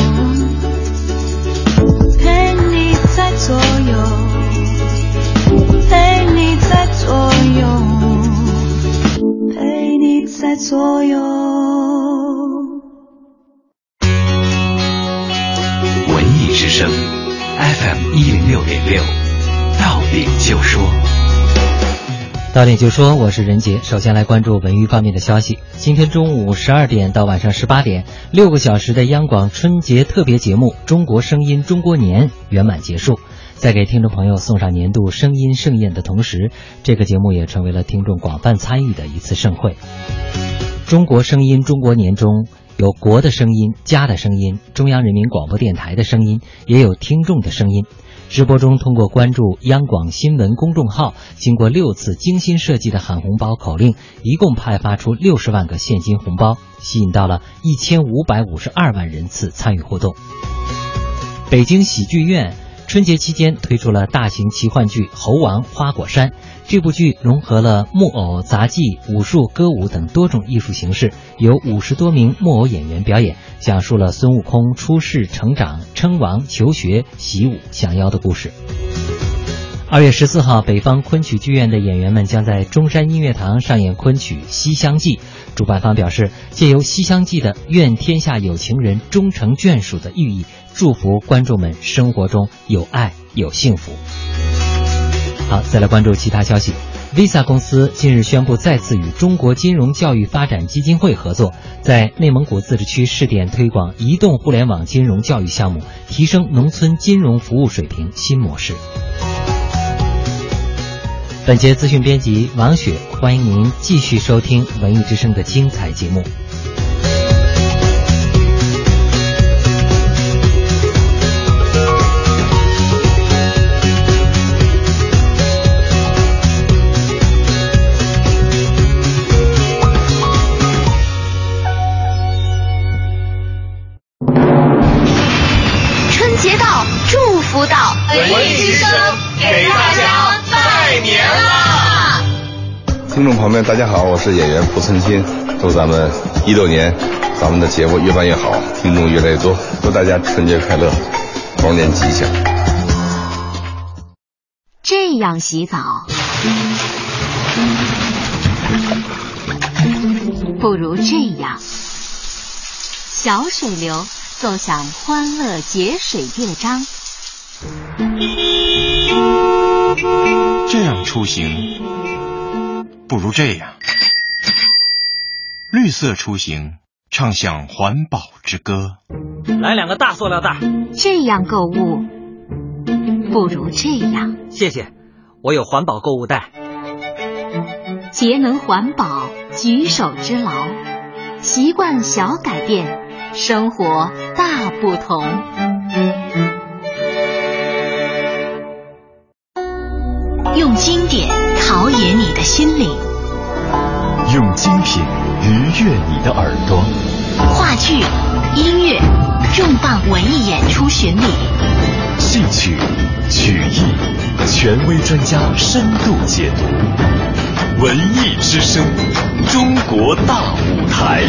陪你在左右，陪你在左右，陪你在左右。
文艺之声 F M 一零六点六，到点就说。
到点就说，我是任杰。首先来关注文娱方面的消息。今天中午十二点到晚上十八点，六个小时的央广春节特别节目《中国声音中国年》圆满结束。在给听众朋友送上年度声音盛宴的同时，这个节目也成为了听众广泛参与的一次盛会。中国声音中国年中有国的声音、家的声音、中央人民广播电台的声音，也有听众的声音。直播中通过关注央广新闻公众号，经过六次精心设计的喊红包口令，一共派发出六十万个现金红包，吸引到了一千五百五十二万人次参与互动。北京喜剧院春节期间推出了大型奇幻剧《猴王花果山》。这部剧融合了木偶、杂技、武术、歌舞等多种艺术形式，由五十多名木偶演员表演，讲述了孙悟空出世、成长、称王、求学、习武、降妖的故事。 二月十四号，北方昆曲剧院的演员们将在中山音乐堂上演昆曲《西厢记》。主办方表示，借由《西厢记》的愿天下有情人终成眷属的寓意，祝福观众们生活中有爱有幸福。好，再来关注其他消息。Visa 公司近日宣布再次与中国金融教育发展基金会合作，在内蒙古自治区试点推广移动互联网金融教育项目，提升农村金融服务水平新模式。本节资讯编辑王雪，欢迎您继续收听文艺之声的精彩节目。
春节到，祝福到，
文艺之声给大家拜年啦！
听众朋友们，大家好，我是演员濮存昕，祝咱们一六年咱们的节目越办越好，听众越来越多，祝大家春节快乐，龙年吉祥。
这样洗澡，不如这样，小水流奏响欢乐节水乐章。
这样出行，不如这样，绿色出行，唱响环保之歌。
来两个大塑料袋。
这样购物，不如这样。
谢谢，我有环保购物袋。
节能环保，举手之劳，习惯小改变，生活大不同。
用经典陶冶你的心灵，
用精品愉悦你的耳朵。
话剧、音乐、重磅文艺演出巡礼，
戏曲、曲艺，权威专家深度解读。文艺之声，中国大舞台。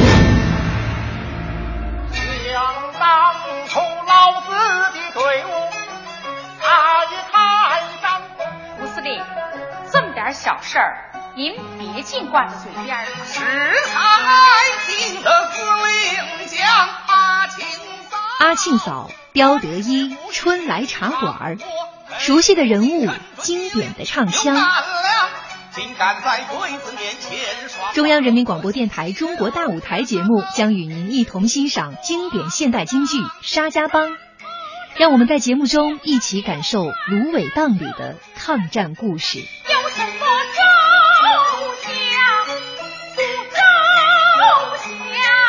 想当初老子的队伍，他一开张。
吴司令，这么点小事儿，您别净挂在嘴边儿。
是才听得司令讲阿庆嫂。
阿庆嫂、刁德一、春来茶馆儿，熟悉的人物，经典的唱腔。中央人民广播电台中国大舞台节目将与您一同欣赏经典现代京剧《沙家浜》，让我们在节目中一起感受芦苇荡里的抗战故事。
有什么周详不周详？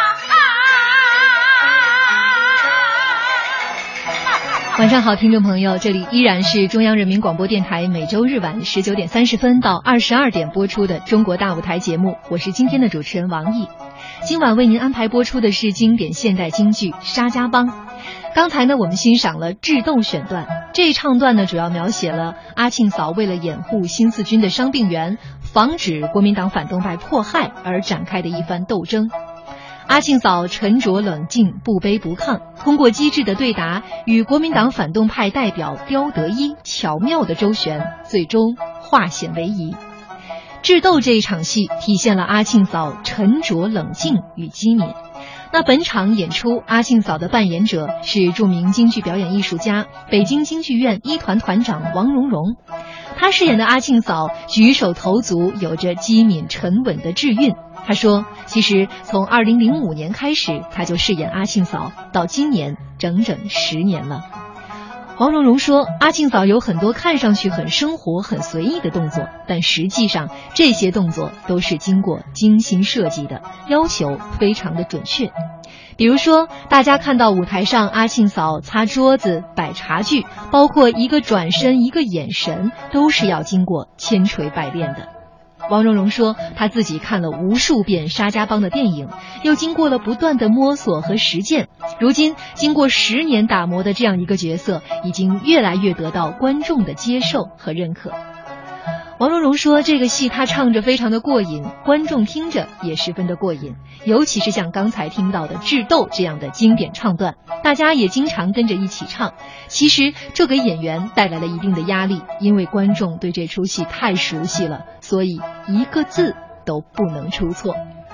晚上好，听众朋友，这里依然是中央人民广播电台每周日晚十九点三十分到二十二点播出的中国大舞台节目，我是今天的主持人王毅。今晚为您安排播出的是经典现代京剧《沙家浜》。刚才呢，我们欣赏了智斗选段，这一唱段呢，主要描写了阿庆嫂为了掩护新四军的伤病员，防止国民党反动派迫害而展开的一番斗争。阿庆嫂沉着冷静，不卑不亢，通过机智的对答与国民党反动派代表刁德一巧妙的周旋，最终化险为夷。智斗这一场戏体现了阿庆嫂沉着冷静与机敏。那本场演出，阿庆嫂的扮演者是著名京剧表演艺术家、北京京剧院一团团长王荣荣。他饰演的阿庆嫂举手投足有着机敏沉稳的智韵。他说，其实从二零零五年开始，他就饰演阿庆嫂，到今年整整十年了。王荣荣说，阿庆嫂有很多看上去很生活、很随意的动作，但实际上这些动作都是经过精心设计的，要求非常的准确。比如说，大家看到舞台上阿庆嫂擦桌子、摆茶具，包括一个转身、一个眼神，都是要经过千锤百炼的。王荣荣说，他自己看了无数遍沙家浜的电影，又经过了不断的摸索和实践，如今经过十年打磨的这样一个角色，已经越来越得到观众的接受和认可。 王蓉蓉说，这个戏她唱着非常的过瘾，观众听着也十分的过瘾，尤其是像刚才听到的《智斗》这样的经典唱段，大家也经常跟着一起唱。其实这给演员带来了一定的压力，因为观众对这出戏太熟悉了，所以一个字都不能出错。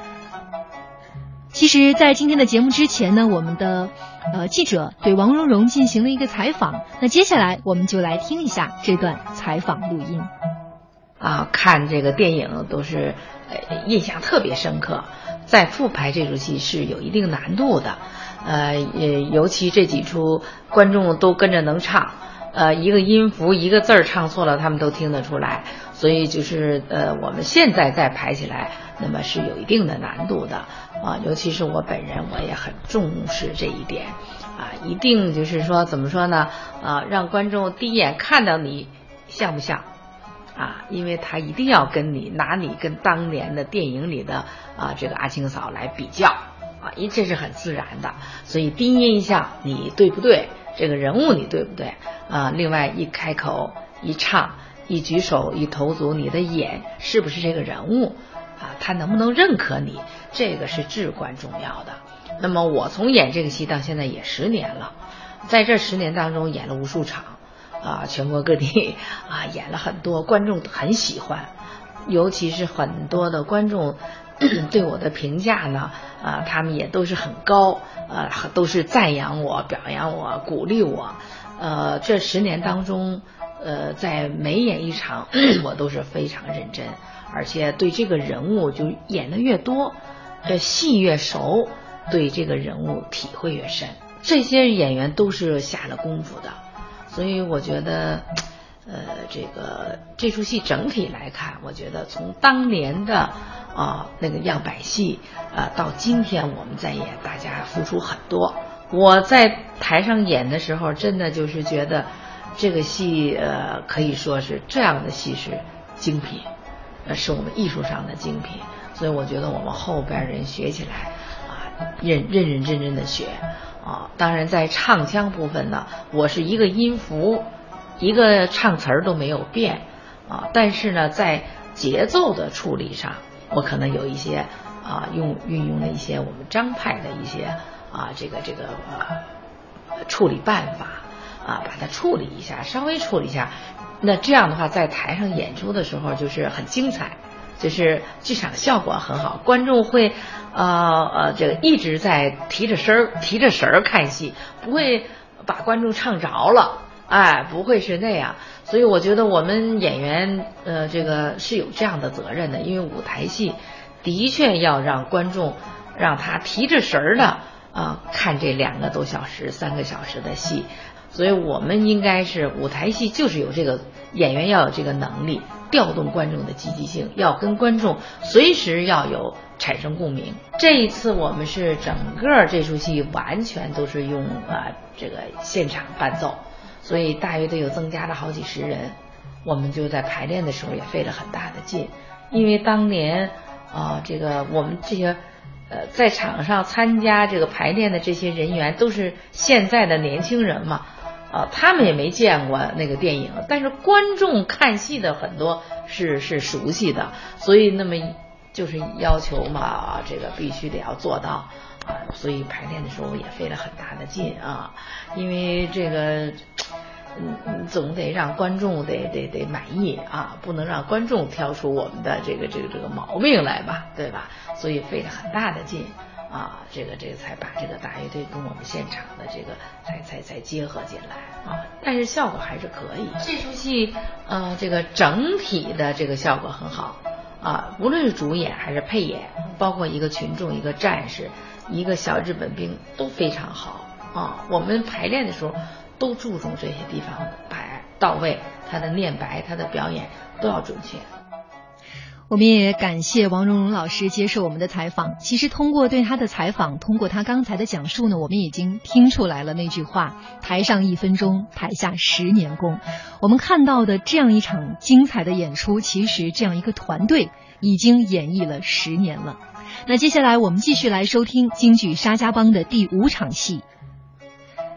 其实在今天的节目之前呢，我们的呃记者对王蓉蓉进行了一个采访，那接下来我们就来听一下这段采访录音。
啊，看这个电影都是呃印象特别深刻，再复排这出戏是有一定难度的，呃也尤其这几出观众都跟着能唱，呃一个音符一个字儿唱错了他们都听得出来，所以就是呃我们现在再排起来，那么是有一定的难度的啊，尤其是我本人我也很重视这一点啊，一定就是说怎么说呢啊，让观众第一眼看到你像不像啊，因为他一定要跟你拿你跟当年的电影里的啊这个阿青嫂来比较啊，因为这是很自然的，所以第一印象你对不对，这个人物你对不对啊？另外一开口一唱一举手一投足，你的眼是不是这个人物啊？他能不能认可你，这个是至关重要的。那么我从演这个戏到现在也十年了，在这十年当中演了无数场。啊，全国各地啊演了很多，观众很喜欢，尤其是很多的观众对我的评价呢，啊，他们也都是很高，呃，都是赞扬我、表扬我、鼓励我。呃，这十年当中，呃，在每演一场，我都是非常认真，而且对这个人物就演得越多，呃，戏越熟，对这个人物体会越深。这些演员都是下了功夫的。所以我觉得，呃，这个这出戏整体来看，我觉得从当年的啊那个样板戏，呃，到今天我们在演，大家付出很多。我在台上演的时候，真的就是觉得这个戏，呃，可以说是这样的戏是精品，呃，是我们艺术上的精品。所以我觉得我们后边人学起来啊，认认认真真的学。啊，当然在唱腔部分呢，我是一个音符一个唱词儿都没有变啊，但是呢在节奏的处理上，我可能有一些啊用运用了一些我们张派的一些啊这个这个呃处理办法啊，把它处理一下，稍微处理一下，那这样的话在台上演出的时候就是很精彩，就是剧场效果很好，观众会呃呃这个一直在提着神儿提着神儿看戏，不会把观众唱着了，哎，不会是那样。所以我觉得我们演员呃这个是有这样的责任的，因为舞台戏的确要让观众让他提着神儿的啊、呃、看这两个多小时三个小时的戏。所以我们应该是舞台戏就是有这个演员要有这个能力调动观众的积极性，要跟观众随时要有产生共鸣。这一次我们是整个这出戏完全都是用啊、呃、这个现场伴奏，所以大约都有增加了好几十人，我们就在排练的时候也费了很大的劲，因为当年啊、呃、这个我们这些呃在场上参加这个排练的这些人员都是现在的年轻人嘛。啊，他们也没见过那个电影，但是观众看戏的很多是是熟悉的，所以那么就是要求嘛，这个必须得要做到啊，所以排练的时候也费了很大的劲啊，因为这个嗯总得让观众得得得满意啊，不能让观众挑出我们的这个这个这个毛病来吧，对吧？所以费了很大的劲。啊，这个这个才把这个大乐队跟我们现场的这个才才才结合进来啊，但是效果还是可以。这出戏呃这个整体的这个效果很好啊，无论是主演还是配演，包括一个群众、一个战士、一个小日本兵都非常好啊。我们排练的时候都注重这些地方摆到位，他的念白、他的表演都要准确。
我们也感谢王蓉蓉老师接受我们的采访。其实通过对她的采访，通过她刚才的讲述呢，我们已经听出来了那句话：台上一分钟，台下十年功。我们看到的这样一场精彩的演出，其实这样一个团队已经演绎了十年了。那接下来我们继续来收听京剧《沙家浜》的第五场戏。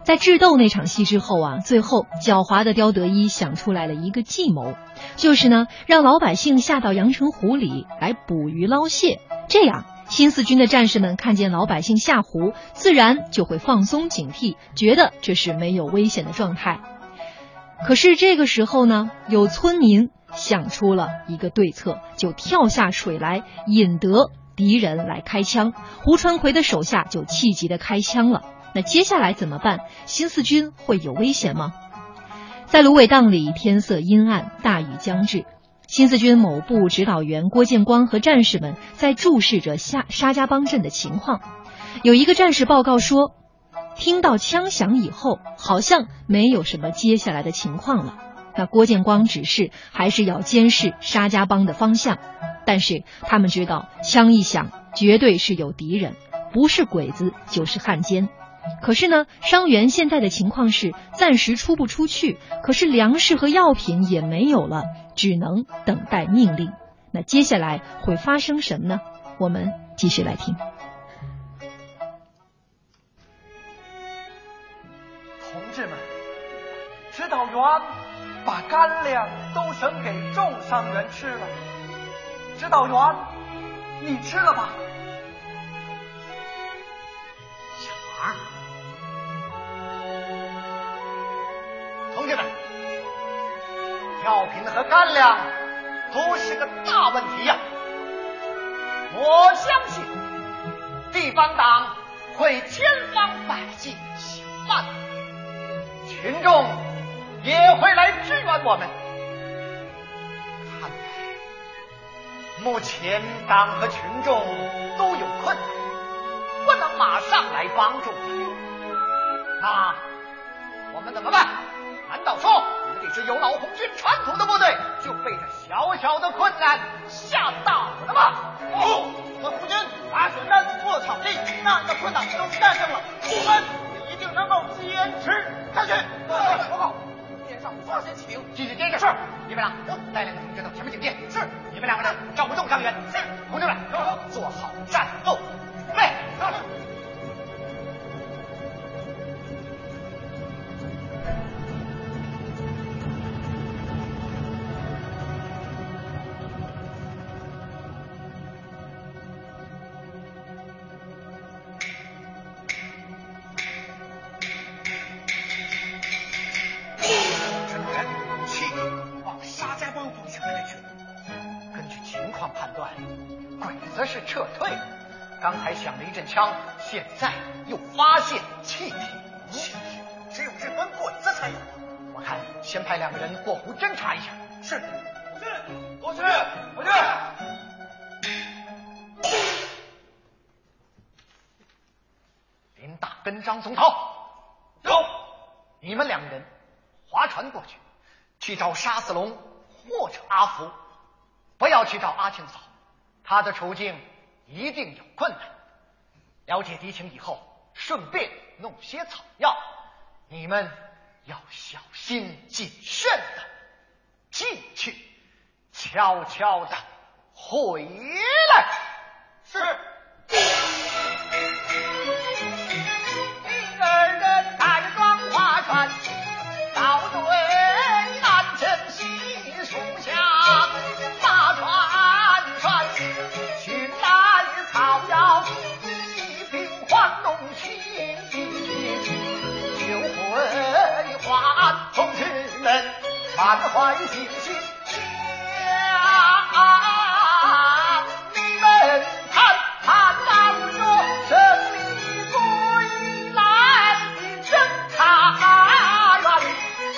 在智斗那场戏之后啊，最后狡猾的刁德一想出来了一个计谋，就是呢，让老百姓下到阳澄湖里来捕鱼捞蟹，这样新四军的战士们看见老百姓下湖，自然就会放松警惕，觉得这是没有危险的状态。可是这个时候呢，有村民想出了一个对策，就跳下水来引得敌人来开枪，胡传魁的手下就气急的开枪了。那接下来怎么办？新四军会有危险吗？在芦苇荡里，天色阴暗，大雨将至。新四军某部指导员郭建光和战士们在注视着沙沙家浜镇的情况。有一个战士报告说，听到枪响以后，好像没有什么接下来的情况了。那郭建光指示还是要监视沙家浜的方向，但是他们知道枪一响，绝对是有敌人，不是鬼子就是汉奸。可是呢，伤员现在的情况是暂时出不出去，可是粮食和药品也没有了，只能等待命令。那接下来会发生什么呢？我们继续来听。
同志们，指导员把干粮都省给重伤员吃了，指导员，你吃了吧？小孩，同志们，药品和干粮都是个大问题呀、啊！我相信地方党会千方百计想办法，群众也会来支援我们。看来目前党和群众都有困难，不能马上来帮助我们。那我们怎么办？难道说我们这支有老红军传统的部队就被这小小的困难吓倒了吗？不，我们红军打水战过草地，那个困难都战胜了，我们一定能够坚持下去。报告，电上发现起兵，继续接着。是，你们俩带领同志到前面警戒。是，你们两个人照顾重伤员。是，同志们，做好战斗准备。是撤退，刚才响了一阵枪，现在又发现气体，气体只有日本鬼子才有。我看先派两个人过湖侦查一下。是，我去，我去，我去。林大跟张松涛，有，你们两人划船过去，去找沙四龙或者阿福，不要去找阿庆嫂。他的处境一定有困难，了解敌情以后，顺便弄些草药。你们要小心谨慎的进去，悄悄的回来。是。一二人带着装划船，到对南镇西树下，把船船寻来草药，一并还弄清，就会还同志们满怀信心。啊，你们看看那个胜利归来的侦察员，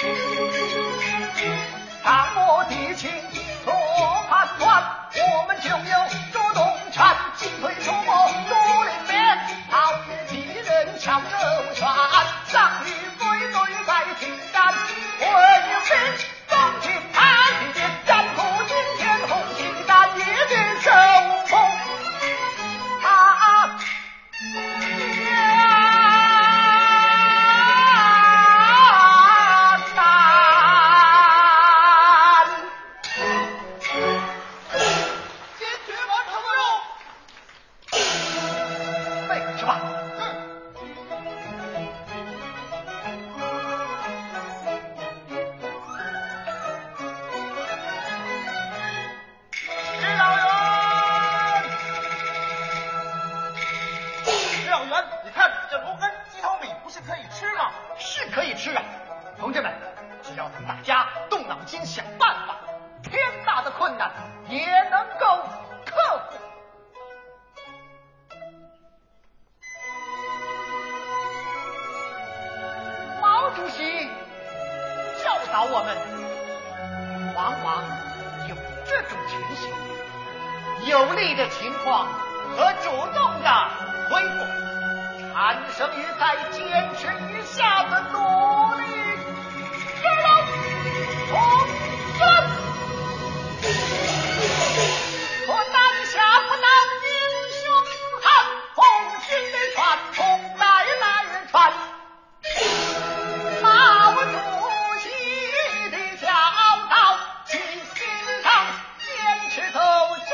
掌握敌情做判断，我们就有主动产进退出没多里面，讨厌敌人抢肉船，上与归队在情感，为民共进台。 然可以吃啊！同志们，只要大家动脑筋想办法，天大的困难也能够克服。毛主席教导我们，往往有这种情形，有利的情况和主动的回复，产生于在坚持一下的努力。知道同志，可南下不能英雄汉，红军的传统代代传。毛主席的教导，其心上坚持斗争。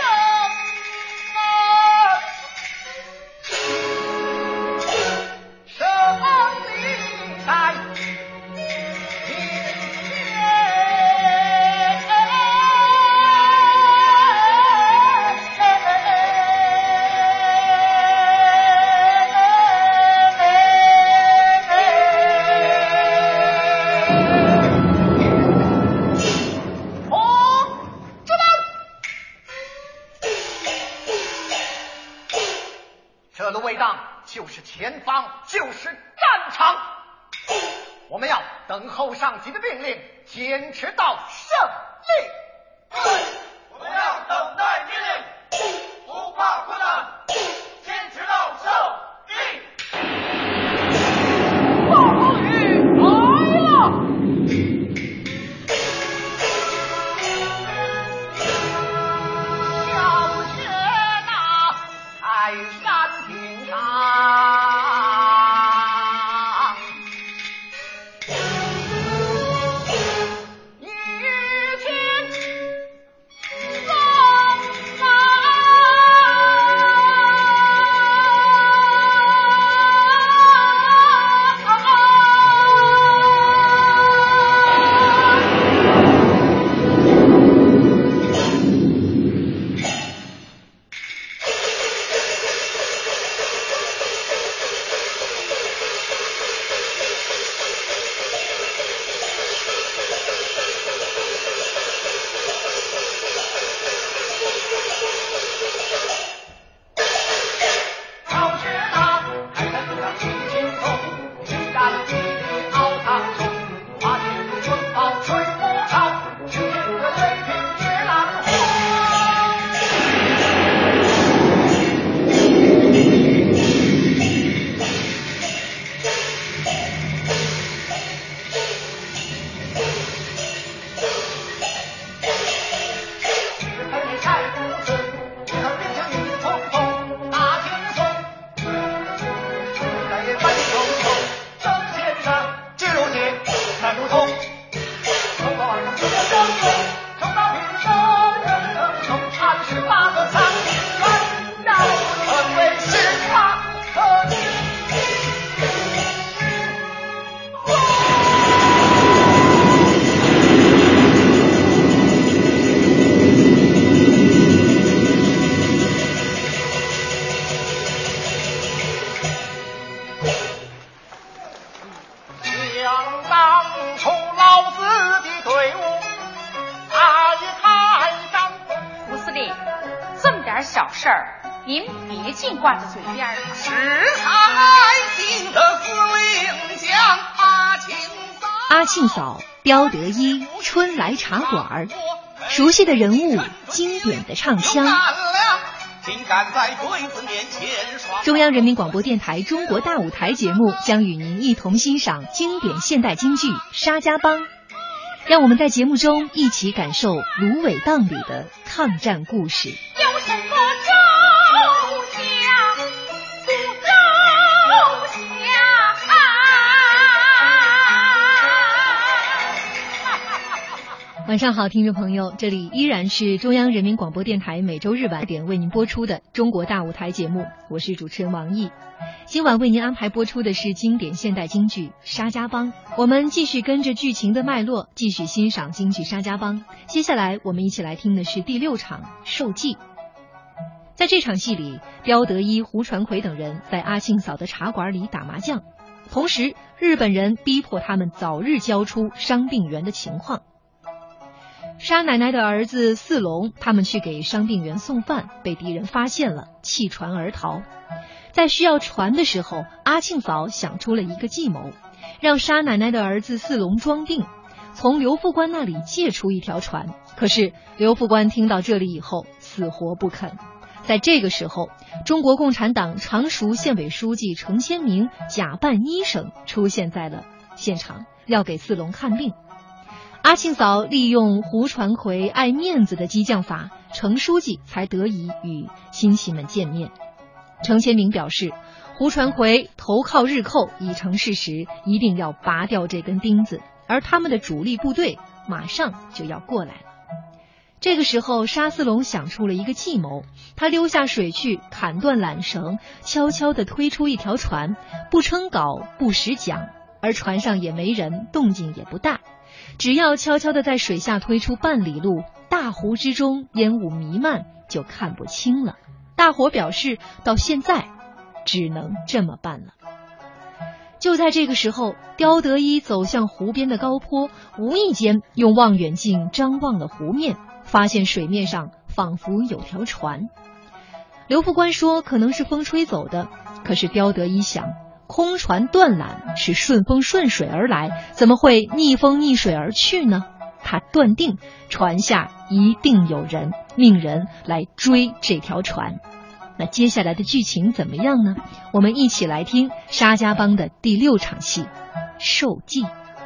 就是前方，就是战场，我们要等候上级的命令，坚持到胜利。对，我们要等待命令，不怕困难，坚持到胜利。暴雨来了！小雪呐，泰山顶上。
挂在嘴边儿，
是才进的司令将阿庆嫂。
阿庆嫂、刁德一、春来茶馆，熟悉的人物，经典的唱腔。中央人民广播电台《中国大舞台》节目将与您一同欣赏经典现代京剧《沙家浜》，让我们在节目中一起感受芦苇荡里的抗战故事。
有什么招降，不招降。
晚上好，听众朋友，这里依然是中央人民广播电台每周日晚点为您播出的《中国大舞台》节目，我是主持人王毅。今晚为您安排播出的是经典现代京剧《沙家浜》，我们继续跟着剧情的脉络，继续欣赏京剧《沙家浜》。接下来我们一起来听的是第六场受祭。在这场戏里，刁德一、胡传魁等人在阿庆嫂的茶馆里打麻将，同时日本人逼迫他们早日交出伤病员的情况。沙奶奶的儿子四龙，他们去给伤病员送饭，被敌人发现了，弃船而逃。在需要船的时候，阿庆嫂想出了一个计谋，让沙奶奶的儿子四龙装病，从刘副官那里借出一条船。可是刘副官听到这里以后，死活不肯。在这个时候，中国共产党常熟县委书记程先明假扮医生出现在了现场，要给四龙看病。阿庆嫂利用胡传魁爱面子的激将法，程书记才得以与亲戚们见面。程先明表示，胡传魁投靠日寇已成事实，一定要拔掉这根钉子，而他们的主力部队马上就要过来了。这个时候，沙四龙想出了一个计谋，他溜下水去，砍断缆绳，悄悄地推出一条船，不称稿不识桨，而船上也没人，动静也不大。只要悄悄地在水下推出半里路，大湖之中烟雾弥漫，就看不清了。大伙表示到现在只能这么办了。就在这个时候，刁德一走向湖边的高坡，无意间用望远镜张望了湖面，发现水面上仿佛有条船。刘副官说可能是风吹走的，可是刁德一想，空船断缆是顺风顺水而来，怎么会逆风逆水而去呢？他断定船下一定有人，命人来追这条船。那接下来的剧情怎么样呢？我们一起来听沙家浜的第六场戏，受祭。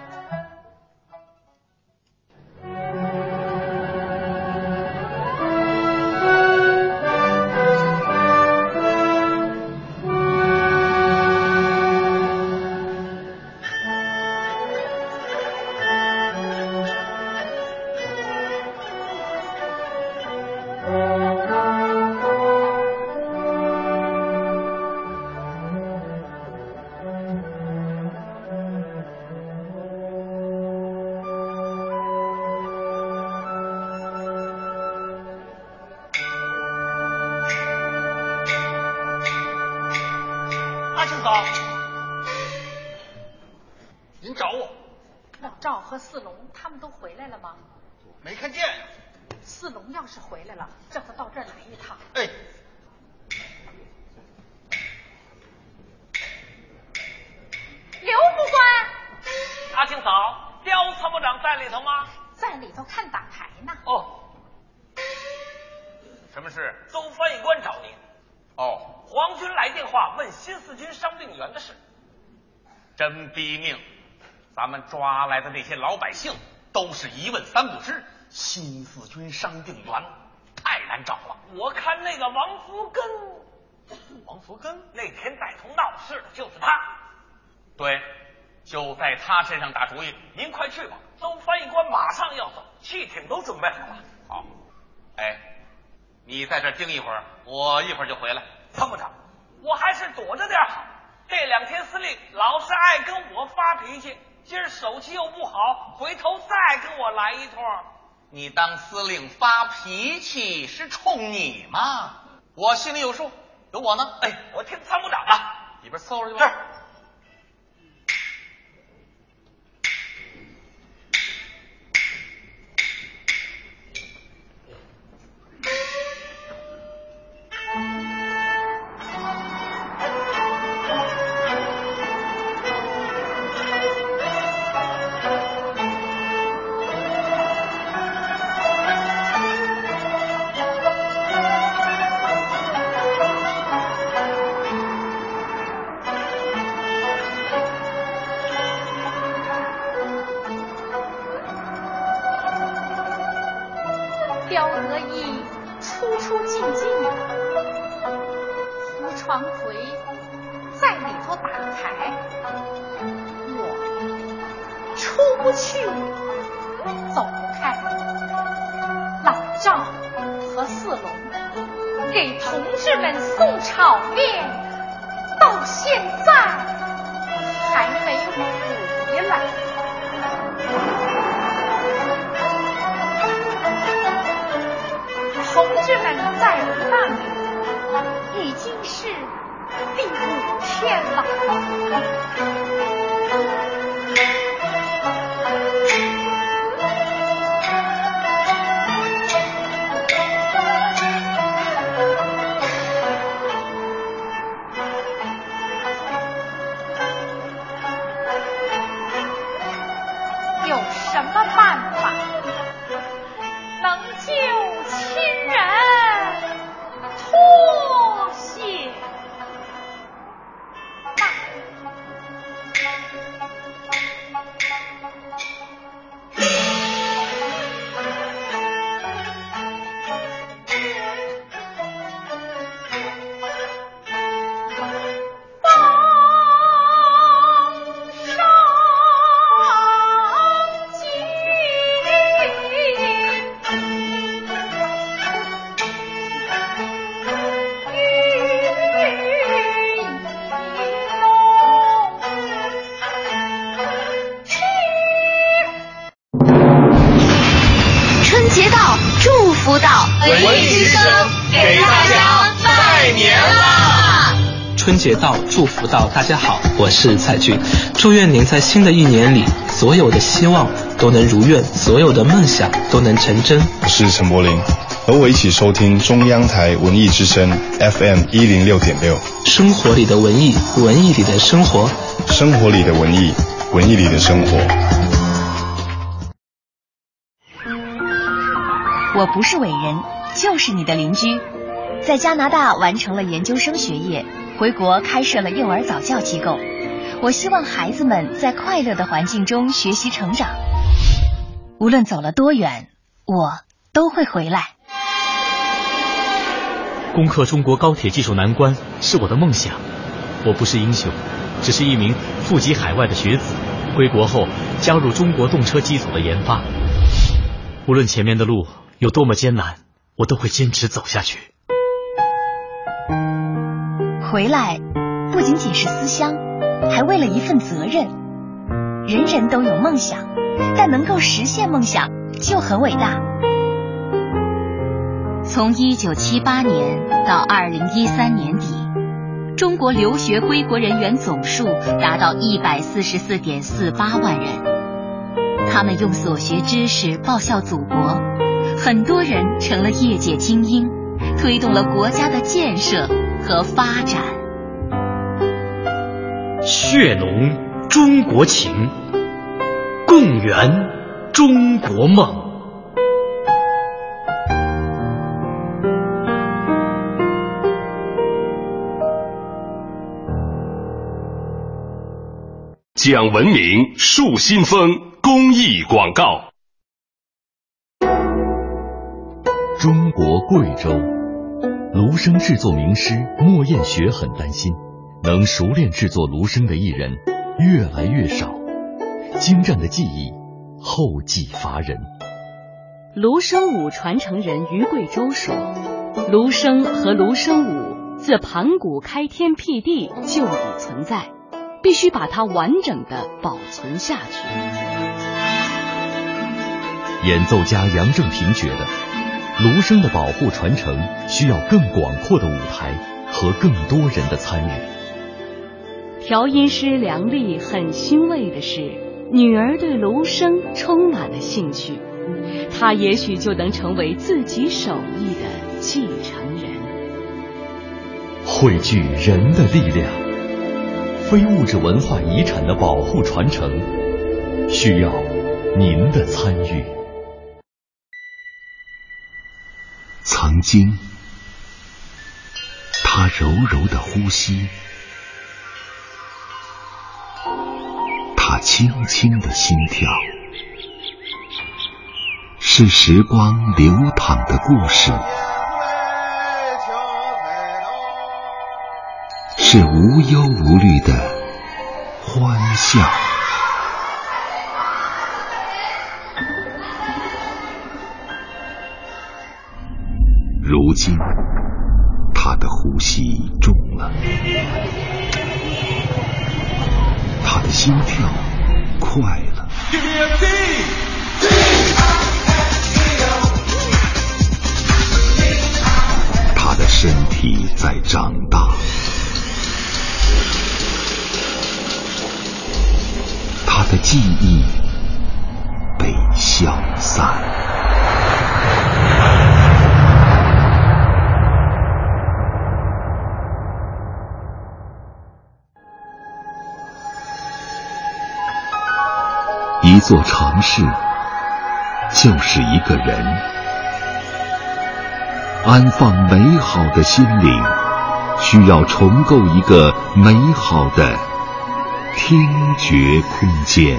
抓来的那些老百姓都是一问三不知，新四军伤病员太难找了。
我看那个王福根，
王福根
那天带头闹事的就是他。
对，就在他身上打主意。
您快去吧，周翻译官马上要走，汽艇都准备好了。
好，哎，你在这盯一会儿，我一会儿就回来。
参谋长，我还是躲着点好。这两天司令老是爱跟我发脾气，今儿手气又不好，回头再跟我来一通。
你当司令发脾气是冲你吗？我心里有数，有我呢。
哎，我听参谋长的，
里边伺候着去吧。
是。
已经是第五天了。 什么办法能救亲人脱险吧？
春节到，祝福到，大家好，我是蔡骏，祝愿您在新的一年里，所有的希望都能如愿，所有的梦想都能成真。
我是陈柏霖，和我一起收听中央台文艺之声 F M 一零六点六，
生活里的文艺，文艺里的生活，
生活里的文艺，文艺里的生活。
我不是伟人，就是你的邻居。在加拿大完成了研究生学业，回国开设了幼儿早教机构。我希望孩子们在快乐的环境中学习成长。无论走了多远，我都会回来。
攻克中国高铁技术难关是我的梦想。我不是英雄，只是一名富籍海外的学子，归国后加入中国动车机组的研发。无论前面的路有多么艰难，我都会坚持走下去。
回来不仅仅是思乡，还为了一份责任。人人都有梦想，但能够实现梦想就很伟大。从一九七八年到二零一三年底，中国留学归国人员总数达到一百四十四点四八万人。他们用所学知识报效祖国，很多人成了业界精英，推动了国家的建设和发展。
血浓中国情，共圆中国梦。
讲文明树新风公益广告。
中国贵州芦笙制作名师莫艳雪很担心，能熟练制作芦笙的艺人越来越少，精湛的技艺后继乏人。
芦笙舞传承人于贵州说，芦笙和芦笙舞自盘古开天辟地就已存在，必须把它完整的保存下去。
演奏家杨正平觉得，芦笙的保护传承需要更广阔的舞台和更多人的参与。
调音师梁丽很欣慰的是，女儿对芦笙充满了兴趣，她也许就能成为自己手艺的继承人。
汇聚人的力量，非物质文化遗产的保护传承需要您的参与。
曾经，他柔柔的呼吸，他轻轻的心跳，是时光流淌的故事，是无忧无虑的欢笑。如今，他的呼吸重了，他的心跳快了，他的身体在长大，他的记忆被消散。一座城市就是一个人。安放美好的心灵，需要重构一个美好的听觉空间。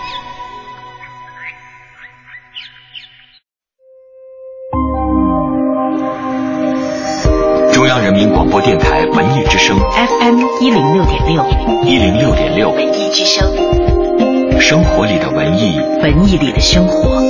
中央人民广播电台文艺之声
F M 一零六点六，
一零六点六，
文艺之声，
生活里的文艺，
文艺里的生活。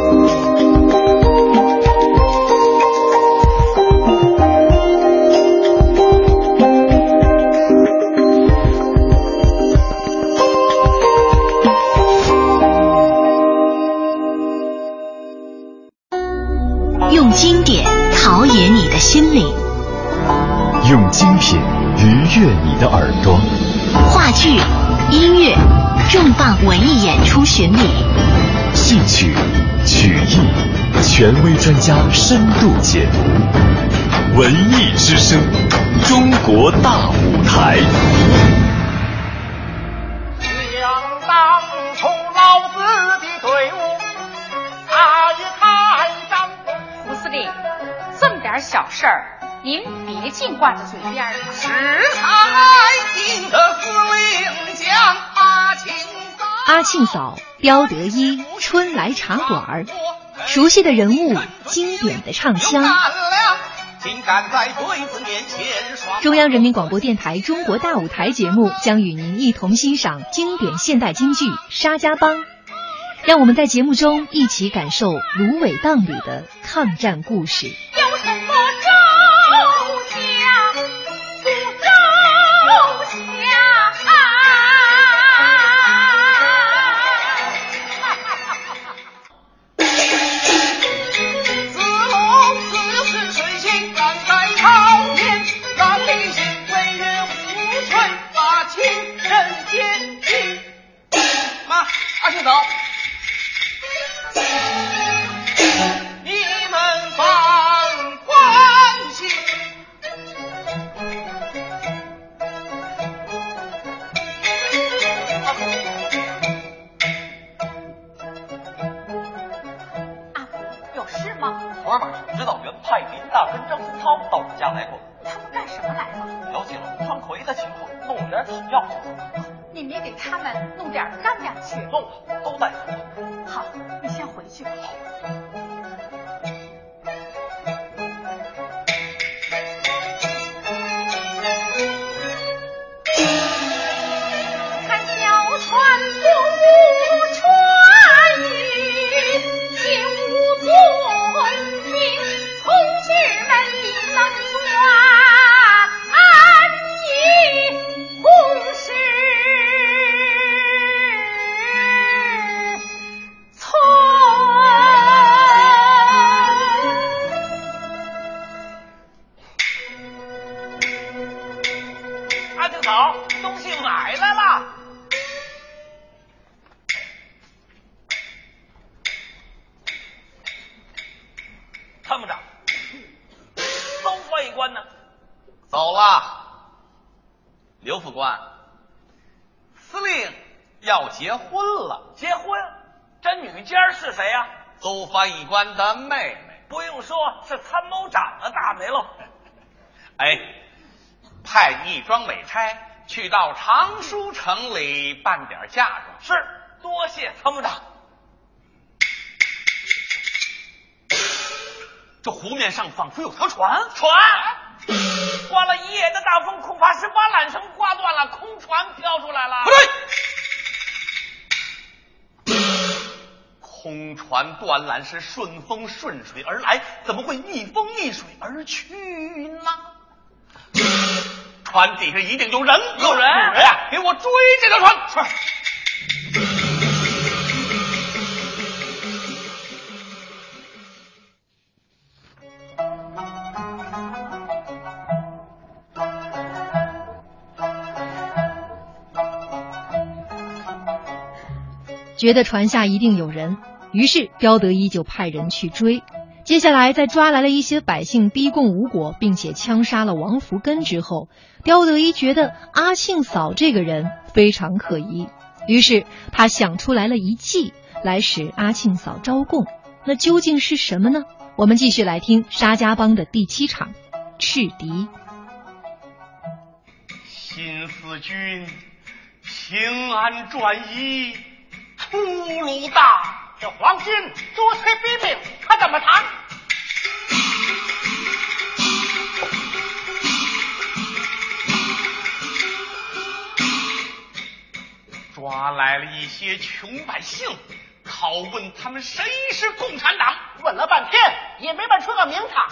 用经典陶冶你的心灵，
用精品愉悦你的耳朵。
话剧、音乐、重磅文艺演出巡礼，
戏曲、曲艺，权威专家深度解读。文艺之声，中国大舞台。
想当初老子的队伍，他一看上
吴司令，这么点小事儿，您别净挂在嘴边儿。
是才赢得司令将阿庆嫂。
阿庆嫂、刁德一、春来茶馆，熟悉的人物，经典的唱腔。
竟敢在对子面前耍。
中央人民广播电台《中国大舞台》节目将与您一同欣赏经典现代京剧《沙家浜》，让我们在节目中一起感受芦苇荡里的抗战故事。
有什么周家不周家？
自龙自是水性，敢在朝面，让理性飞越无吹，把情人间去。妈，阿庆嫂。你们放关心，
阿福有事吗？
昨晚上指导员派林大跟张松涛到我家来过，
他们干什么来了？
了解了张奎的情况，弄点草药就走。
你没给他们弄点干粮去？
弄了，都带走了。
好，你先回去吧。看小船不传语，心无尊敬，同志们应能专一红事。
阿庆嫂，东西买来了。参谋长，邹翻译官呢？
走了。刘副官，司令要结婚了。
结婚？这女尖是谁呀、啊？
邹翻译官的妹妹。
不用说，是参谋长的大梅喽。
哎，派一桩美差去到常书城里办点嫁妆。
是，多谢参谋长。
这湖面上仿佛有条船，
船刮了一夜的大风，恐怕是把缆绳刮断了，空船飘出来了。
不对，空船断缆是顺风顺水而来，怎么会逆风逆水而去呢？船底下一定有人，
有人！
哎呀，给我追这条船！是。
觉得船下一定有人，于是刁德一就派人去追。接下来在抓来了一些百姓逼供无果，并且枪杀了王福根之后，刁德一觉得阿庆嫂这个人非常可疑，于是他想出来了一计来使阿庆嫂招供。 那究竟是什么呢？我们继续来听沙家浜的第七场赤敌。
新四军平安转移，出鲁大，
这皇军多催逼命，他怎么谈？
抓来了一些穷百姓，拷问他们谁是共产党，
问了半天也没问出个名堂。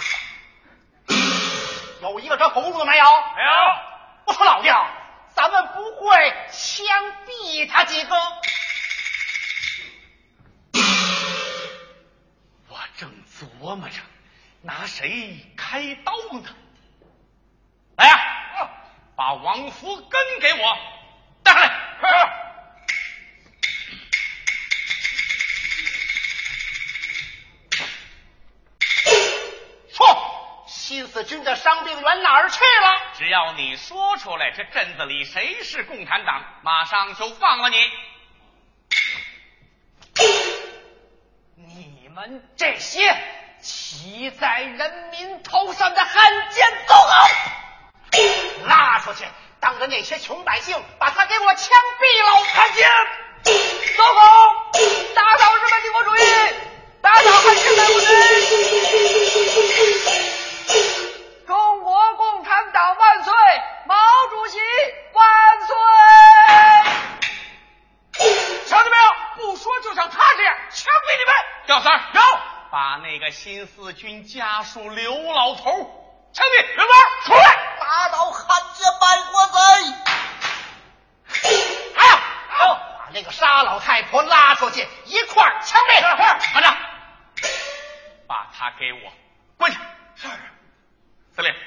有一个这轱辘没有？没
有。
我说老调，咱们不会枪毙他几个？
我正琢磨着拿谁开刀呢。来呀、啊，把王福根给我带上来。
说，新四军的伤病员哪儿去了？
只要你说出来，这镇子里谁是共产党，马上就放了你。
你们这些骑在人民头上的汉奸走狗，拉出去，当着那些穷百姓，把他给我枪毙了！汉奸，走狗，打倒日本帝国主义，打倒汉奸党部队！中国共产党万岁！毛主席万岁！瞧见没有？不说就像他这样，枪毙你们！
廖三儿，
有，
把那个新四军家属刘老头枪毙！刘三儿，出来！
打倒汉奸卖国贼！还有，好，把那个沙老太婆拉出去，一块儿枪毙！是，
团长，把他给我关上。是，司令。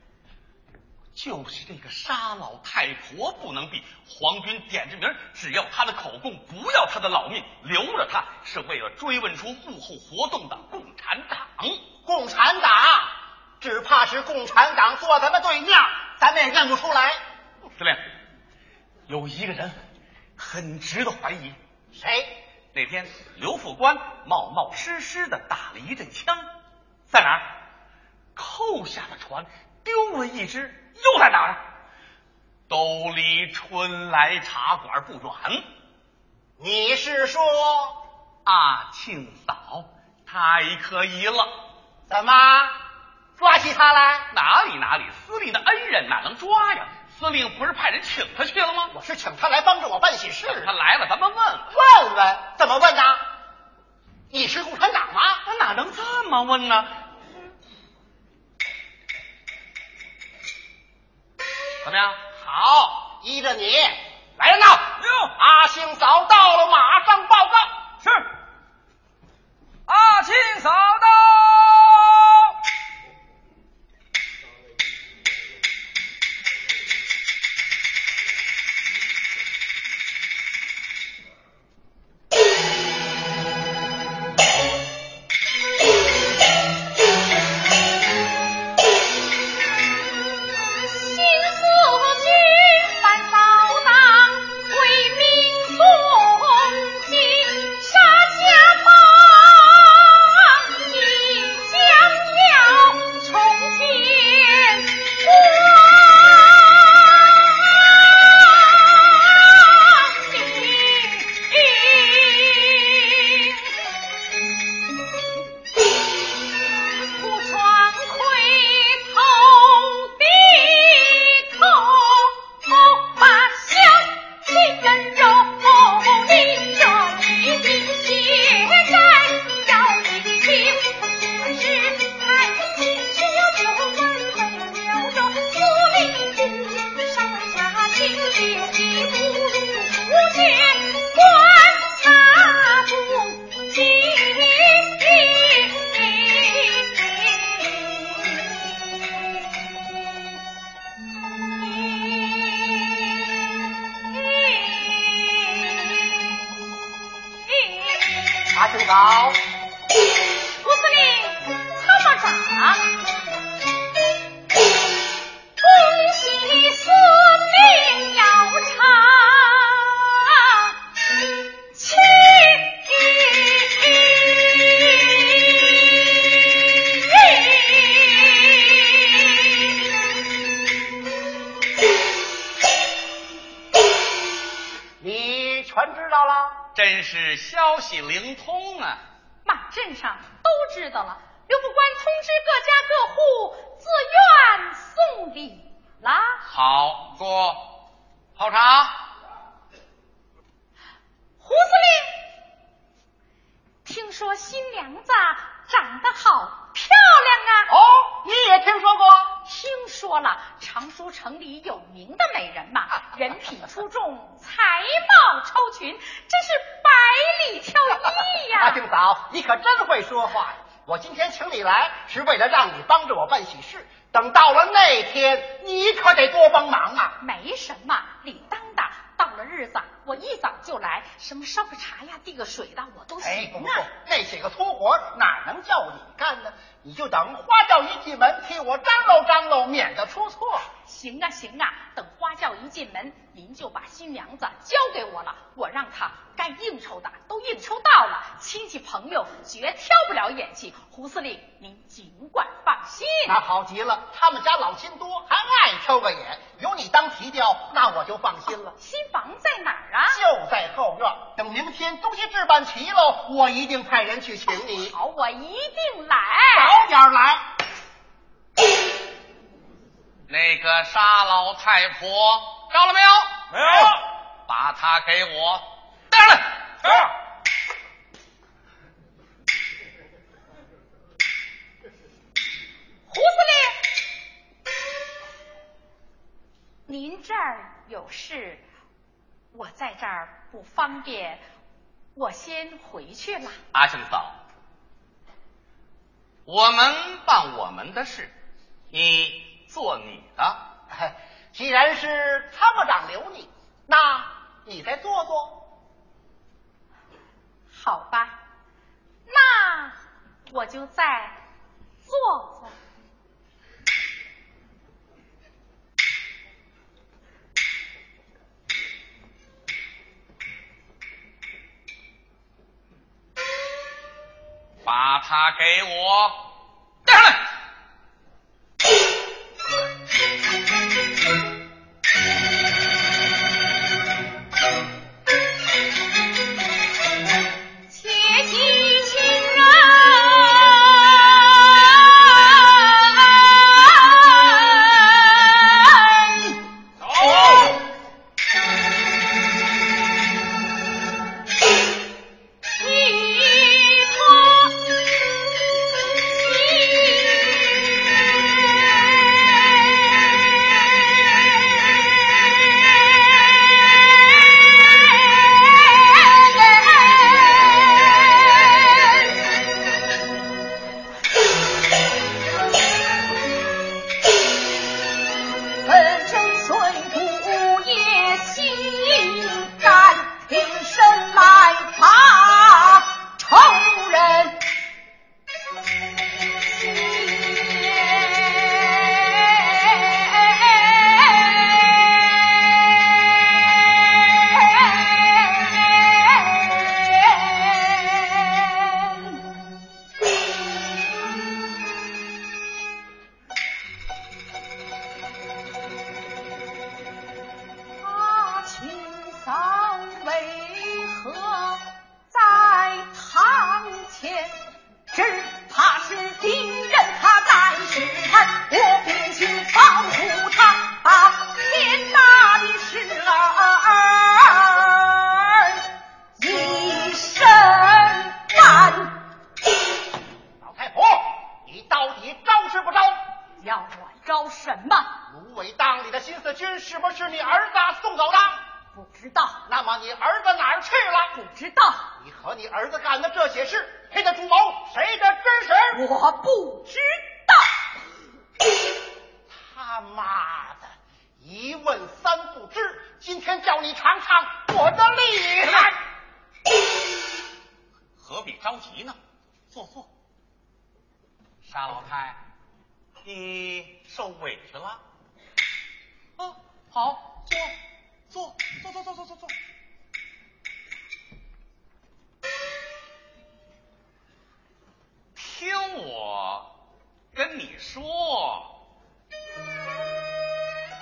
就是这个沙老太婆不能毙，皇军点着名，只要他的口供，不要他的老命，留着他是为了追问出幕后活动的共产党。
共产党，只怕是共产党坐咱们对面，咱们也认不出来。
司令，有一个人很值得怀疑。
谁？
那天刘副官冒冒失失的打了一阵枪，在哪儿？扣下了船，丢了一只。又在哪儿？都离春来茶馆不远。
你是说
阿庆嫂太可疑了？
怎么抓起他来？
哪里哪里，司令的恩人哪能抓呀？司令不是派人请他去了吗？
我是请他来帮着我办喜事。
他来了，咱们问
问问，怎么问呢？你是共产党吗？
哪能这么问呢？怎么样？
好，依着你来人呐！阿庆嫂到了，马上报告。
是。阿庆嫂到。
好，
吴司令参谋长，恭喜司令要查清。
真是消息灵通啊！
马镇上都知道了，刘副官通知各家各户自愿送礼啦。
好，坐，泡茶。
胡司令，听说新娘子长得好漂亮啊！
哦，你也听说过？
听说了，常书城里有名的美人嘛，人品出众，才貌超群，真是百里挑一呀！
阿庆嫂，你可真会说话呀！我今天请你来，是为了让你帮着我办喜事。等到了那天，你可得多帮忙啊！
没什么，理当的。到了日子，我一早就来，什么烧个茶呀、递个水的，我都行啊。
哎，不不，那些个粗活哪能叫你干呢？你就等花轿一进门，替我张罗张罗，免得出错。
行啊行啊，等花轿一进门，您就把新娘子交给我了，我让她该应酬的都应酬到了，亲戚朋友绝挑不了眼睛。胡司令，您尽管放心。
那好极了，他们家老亲多，还爱挑个眼，有你当提调，那我就放心了。
新房在哪儿啊？
就在后院。等明天东西置办齐喽，我一定派人去请你。
好，我一定来。
早点来。
那个沙老太婆招了没有？
没有。
把她给我带上来。
是。
胡司令，您这儿有事，我在这儿不方便，我先回去了。
阿庆嫂，我们办我们的事，你做你的。
既然是参谋长留你，那你再坐坐。
好吧，那我就再坐坐。
把它给我带上来。
且记情人
走。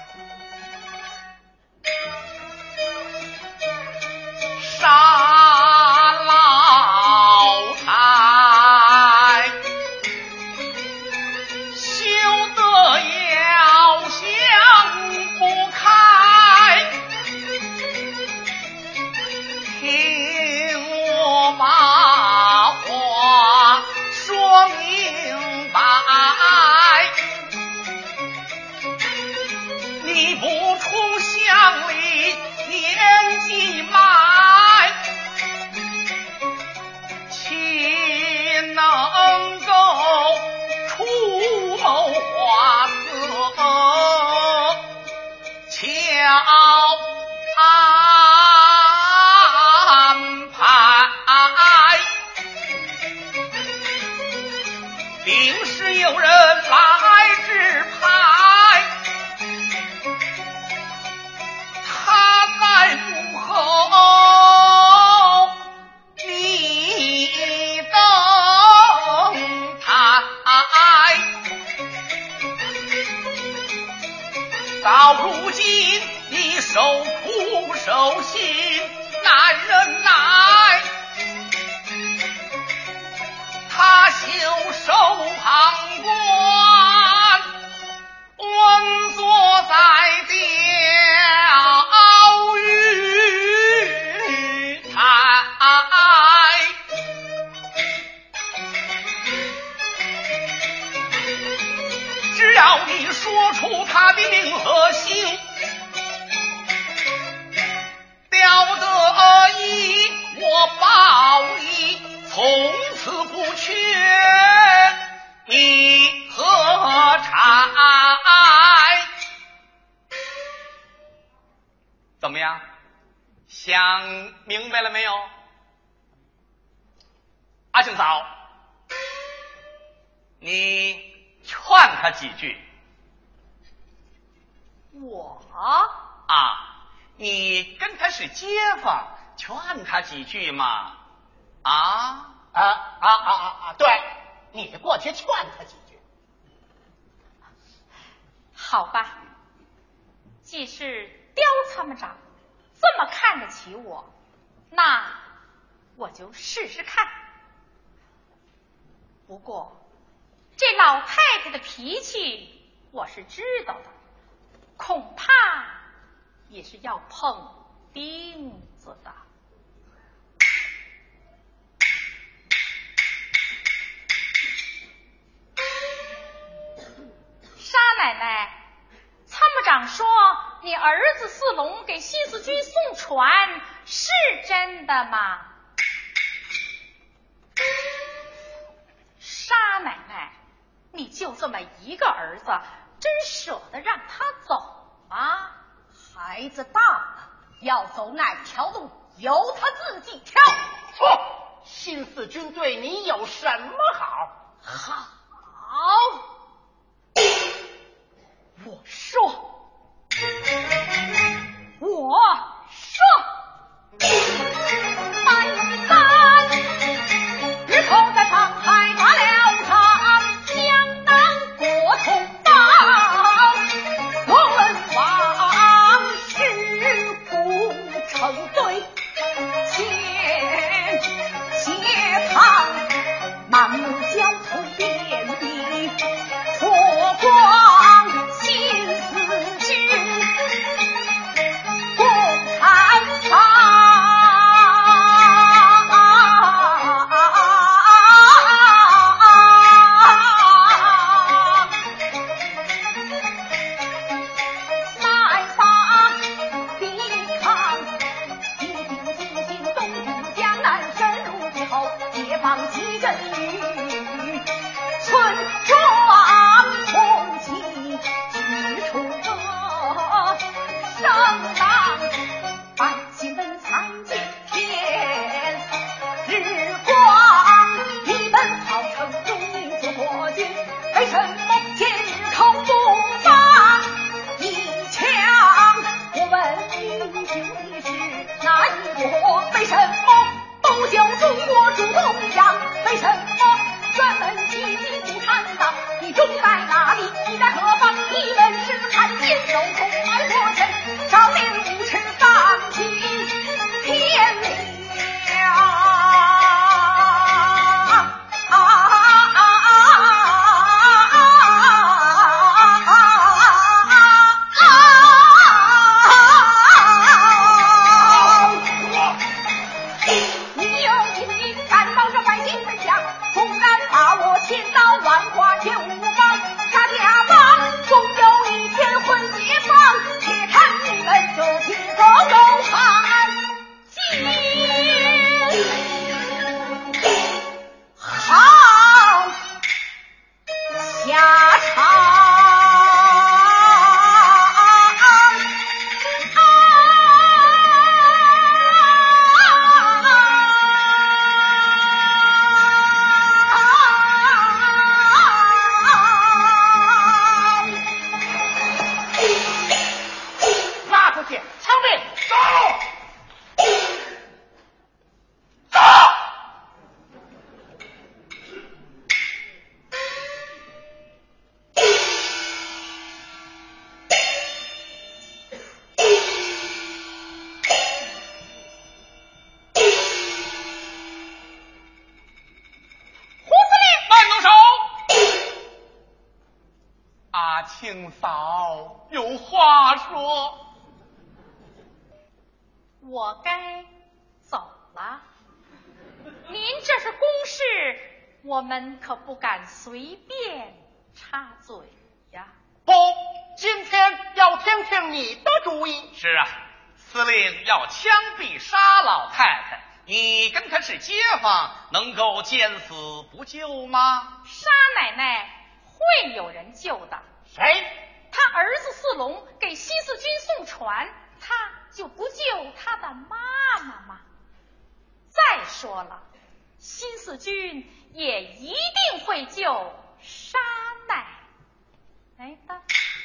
沙
情和性，了得意，我报你从此不缺你何差？怎么样？想明白了没有？阿庆嫂，你劝他几句。
我
啊，你跟他是街坊，劝他几句嘛。啊
啊啊啊啊啊！对，你过去劝他几句。
好吧，既是刁参谋长这么看得起我，那我就试试看。不过这老太太的脾气我是知道的，恐怕也是要碰钉子的。沙奶奶，参谋长说你儿子四龙给新四军送船，是真的吗？沙奶奶，你就这么一个儿子，真舍得让他走吗？
孩子大了，要走哪条路由他自己挑。
错，新四军对你有什么好？
好，我说，我说，三三日后在上海打了仗，相当国统棒，文王是不成对，且且看满目焦土遍地，火光新四军共产党。来吧，你看，一定进行东渡江南，深入敌后，解放西镇域，村庄重启，指出个声浪，百姓们参见天，日光一本号称中民之国军，为什么今日口不发一枪？我问英雄的是哪一国？为什么不救中国主东洋？为什么专门袭击共产党？你种在哪里？你在何方？你们是汉奸手中埋国臣，少年无耻放弃天良。你有义担保着百姓的家，纵然把我千刀万剐也无妨。大家帮总有一天会解放，且看你们这些个狗汉奸好下场。
拉出去，枪毙！
走，走。
胡司令，
慢动手！阿庆嫂有话说。
我该走了。您这是公事，我们可不敢随便插嘴呀。
不，今天听听你的主意。
是啊，司令要枪毙沙老太太，你跟他是街坊，能够见死不救吗？
沙奶奶会有人救的。
谁？
他儿子四龙给西四军送船，他就不救他的妈妈吗？再说了，新四军也一定会救沙奶奶的。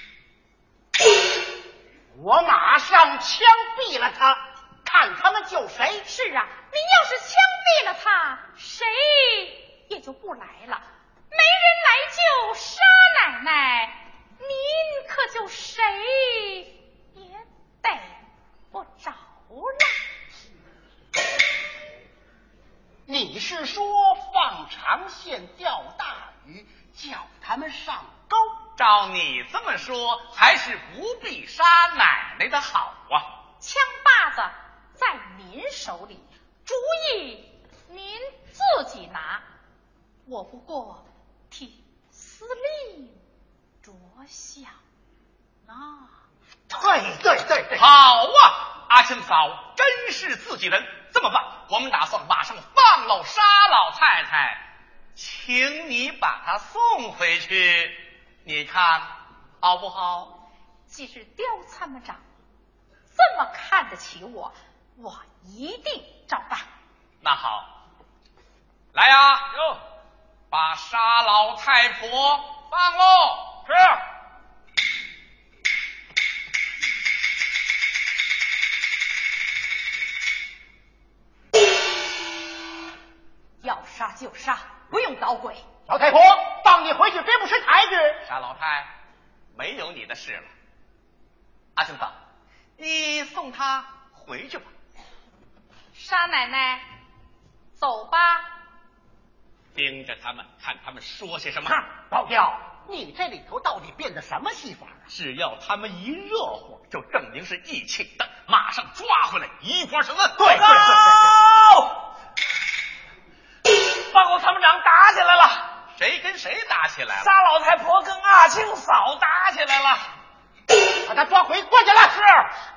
我马上枪毙了他，看他们救谁。
是啊，您要是枪毙了他，谁也就不来了，没人来救沙奶奶，您可就谁也逮不着了。
你是说放长线钓大鱼，叫他们上钩？
照你这么说，还是不必杀奶奶的好啊。
枪把子在您手里，主意您自己拿，我不过替司令着想啊。
对对对对，
好啊，阿庆嫂真是自己人。这么办，我们打算马上放了沙老太太，请你把她送回去，你看好不好？
既是刁参谋长这么看得起我，我一定照办。
那好，来呀、啊，哟，把沙老太婆放喽。
是。
要杀就杀，不用捣鬼。
老太婆，放你回去，这不是抬举。
沙老太，没有你的事了。阿庆嫂，你送她回去吧。
沙奶奶，走吧。
盯着他们，看他们说些什么。
高调，你这里头到底变的什么戏法啊？
只要他们一热火，就证明是义气的，马上抓回来一块审问。
对对对
对。报告参谋长，打起来了！
谁跟谁打起来了？
沙老太婆跟阿庆嫂打起来了，
把他抓回关起来。
是。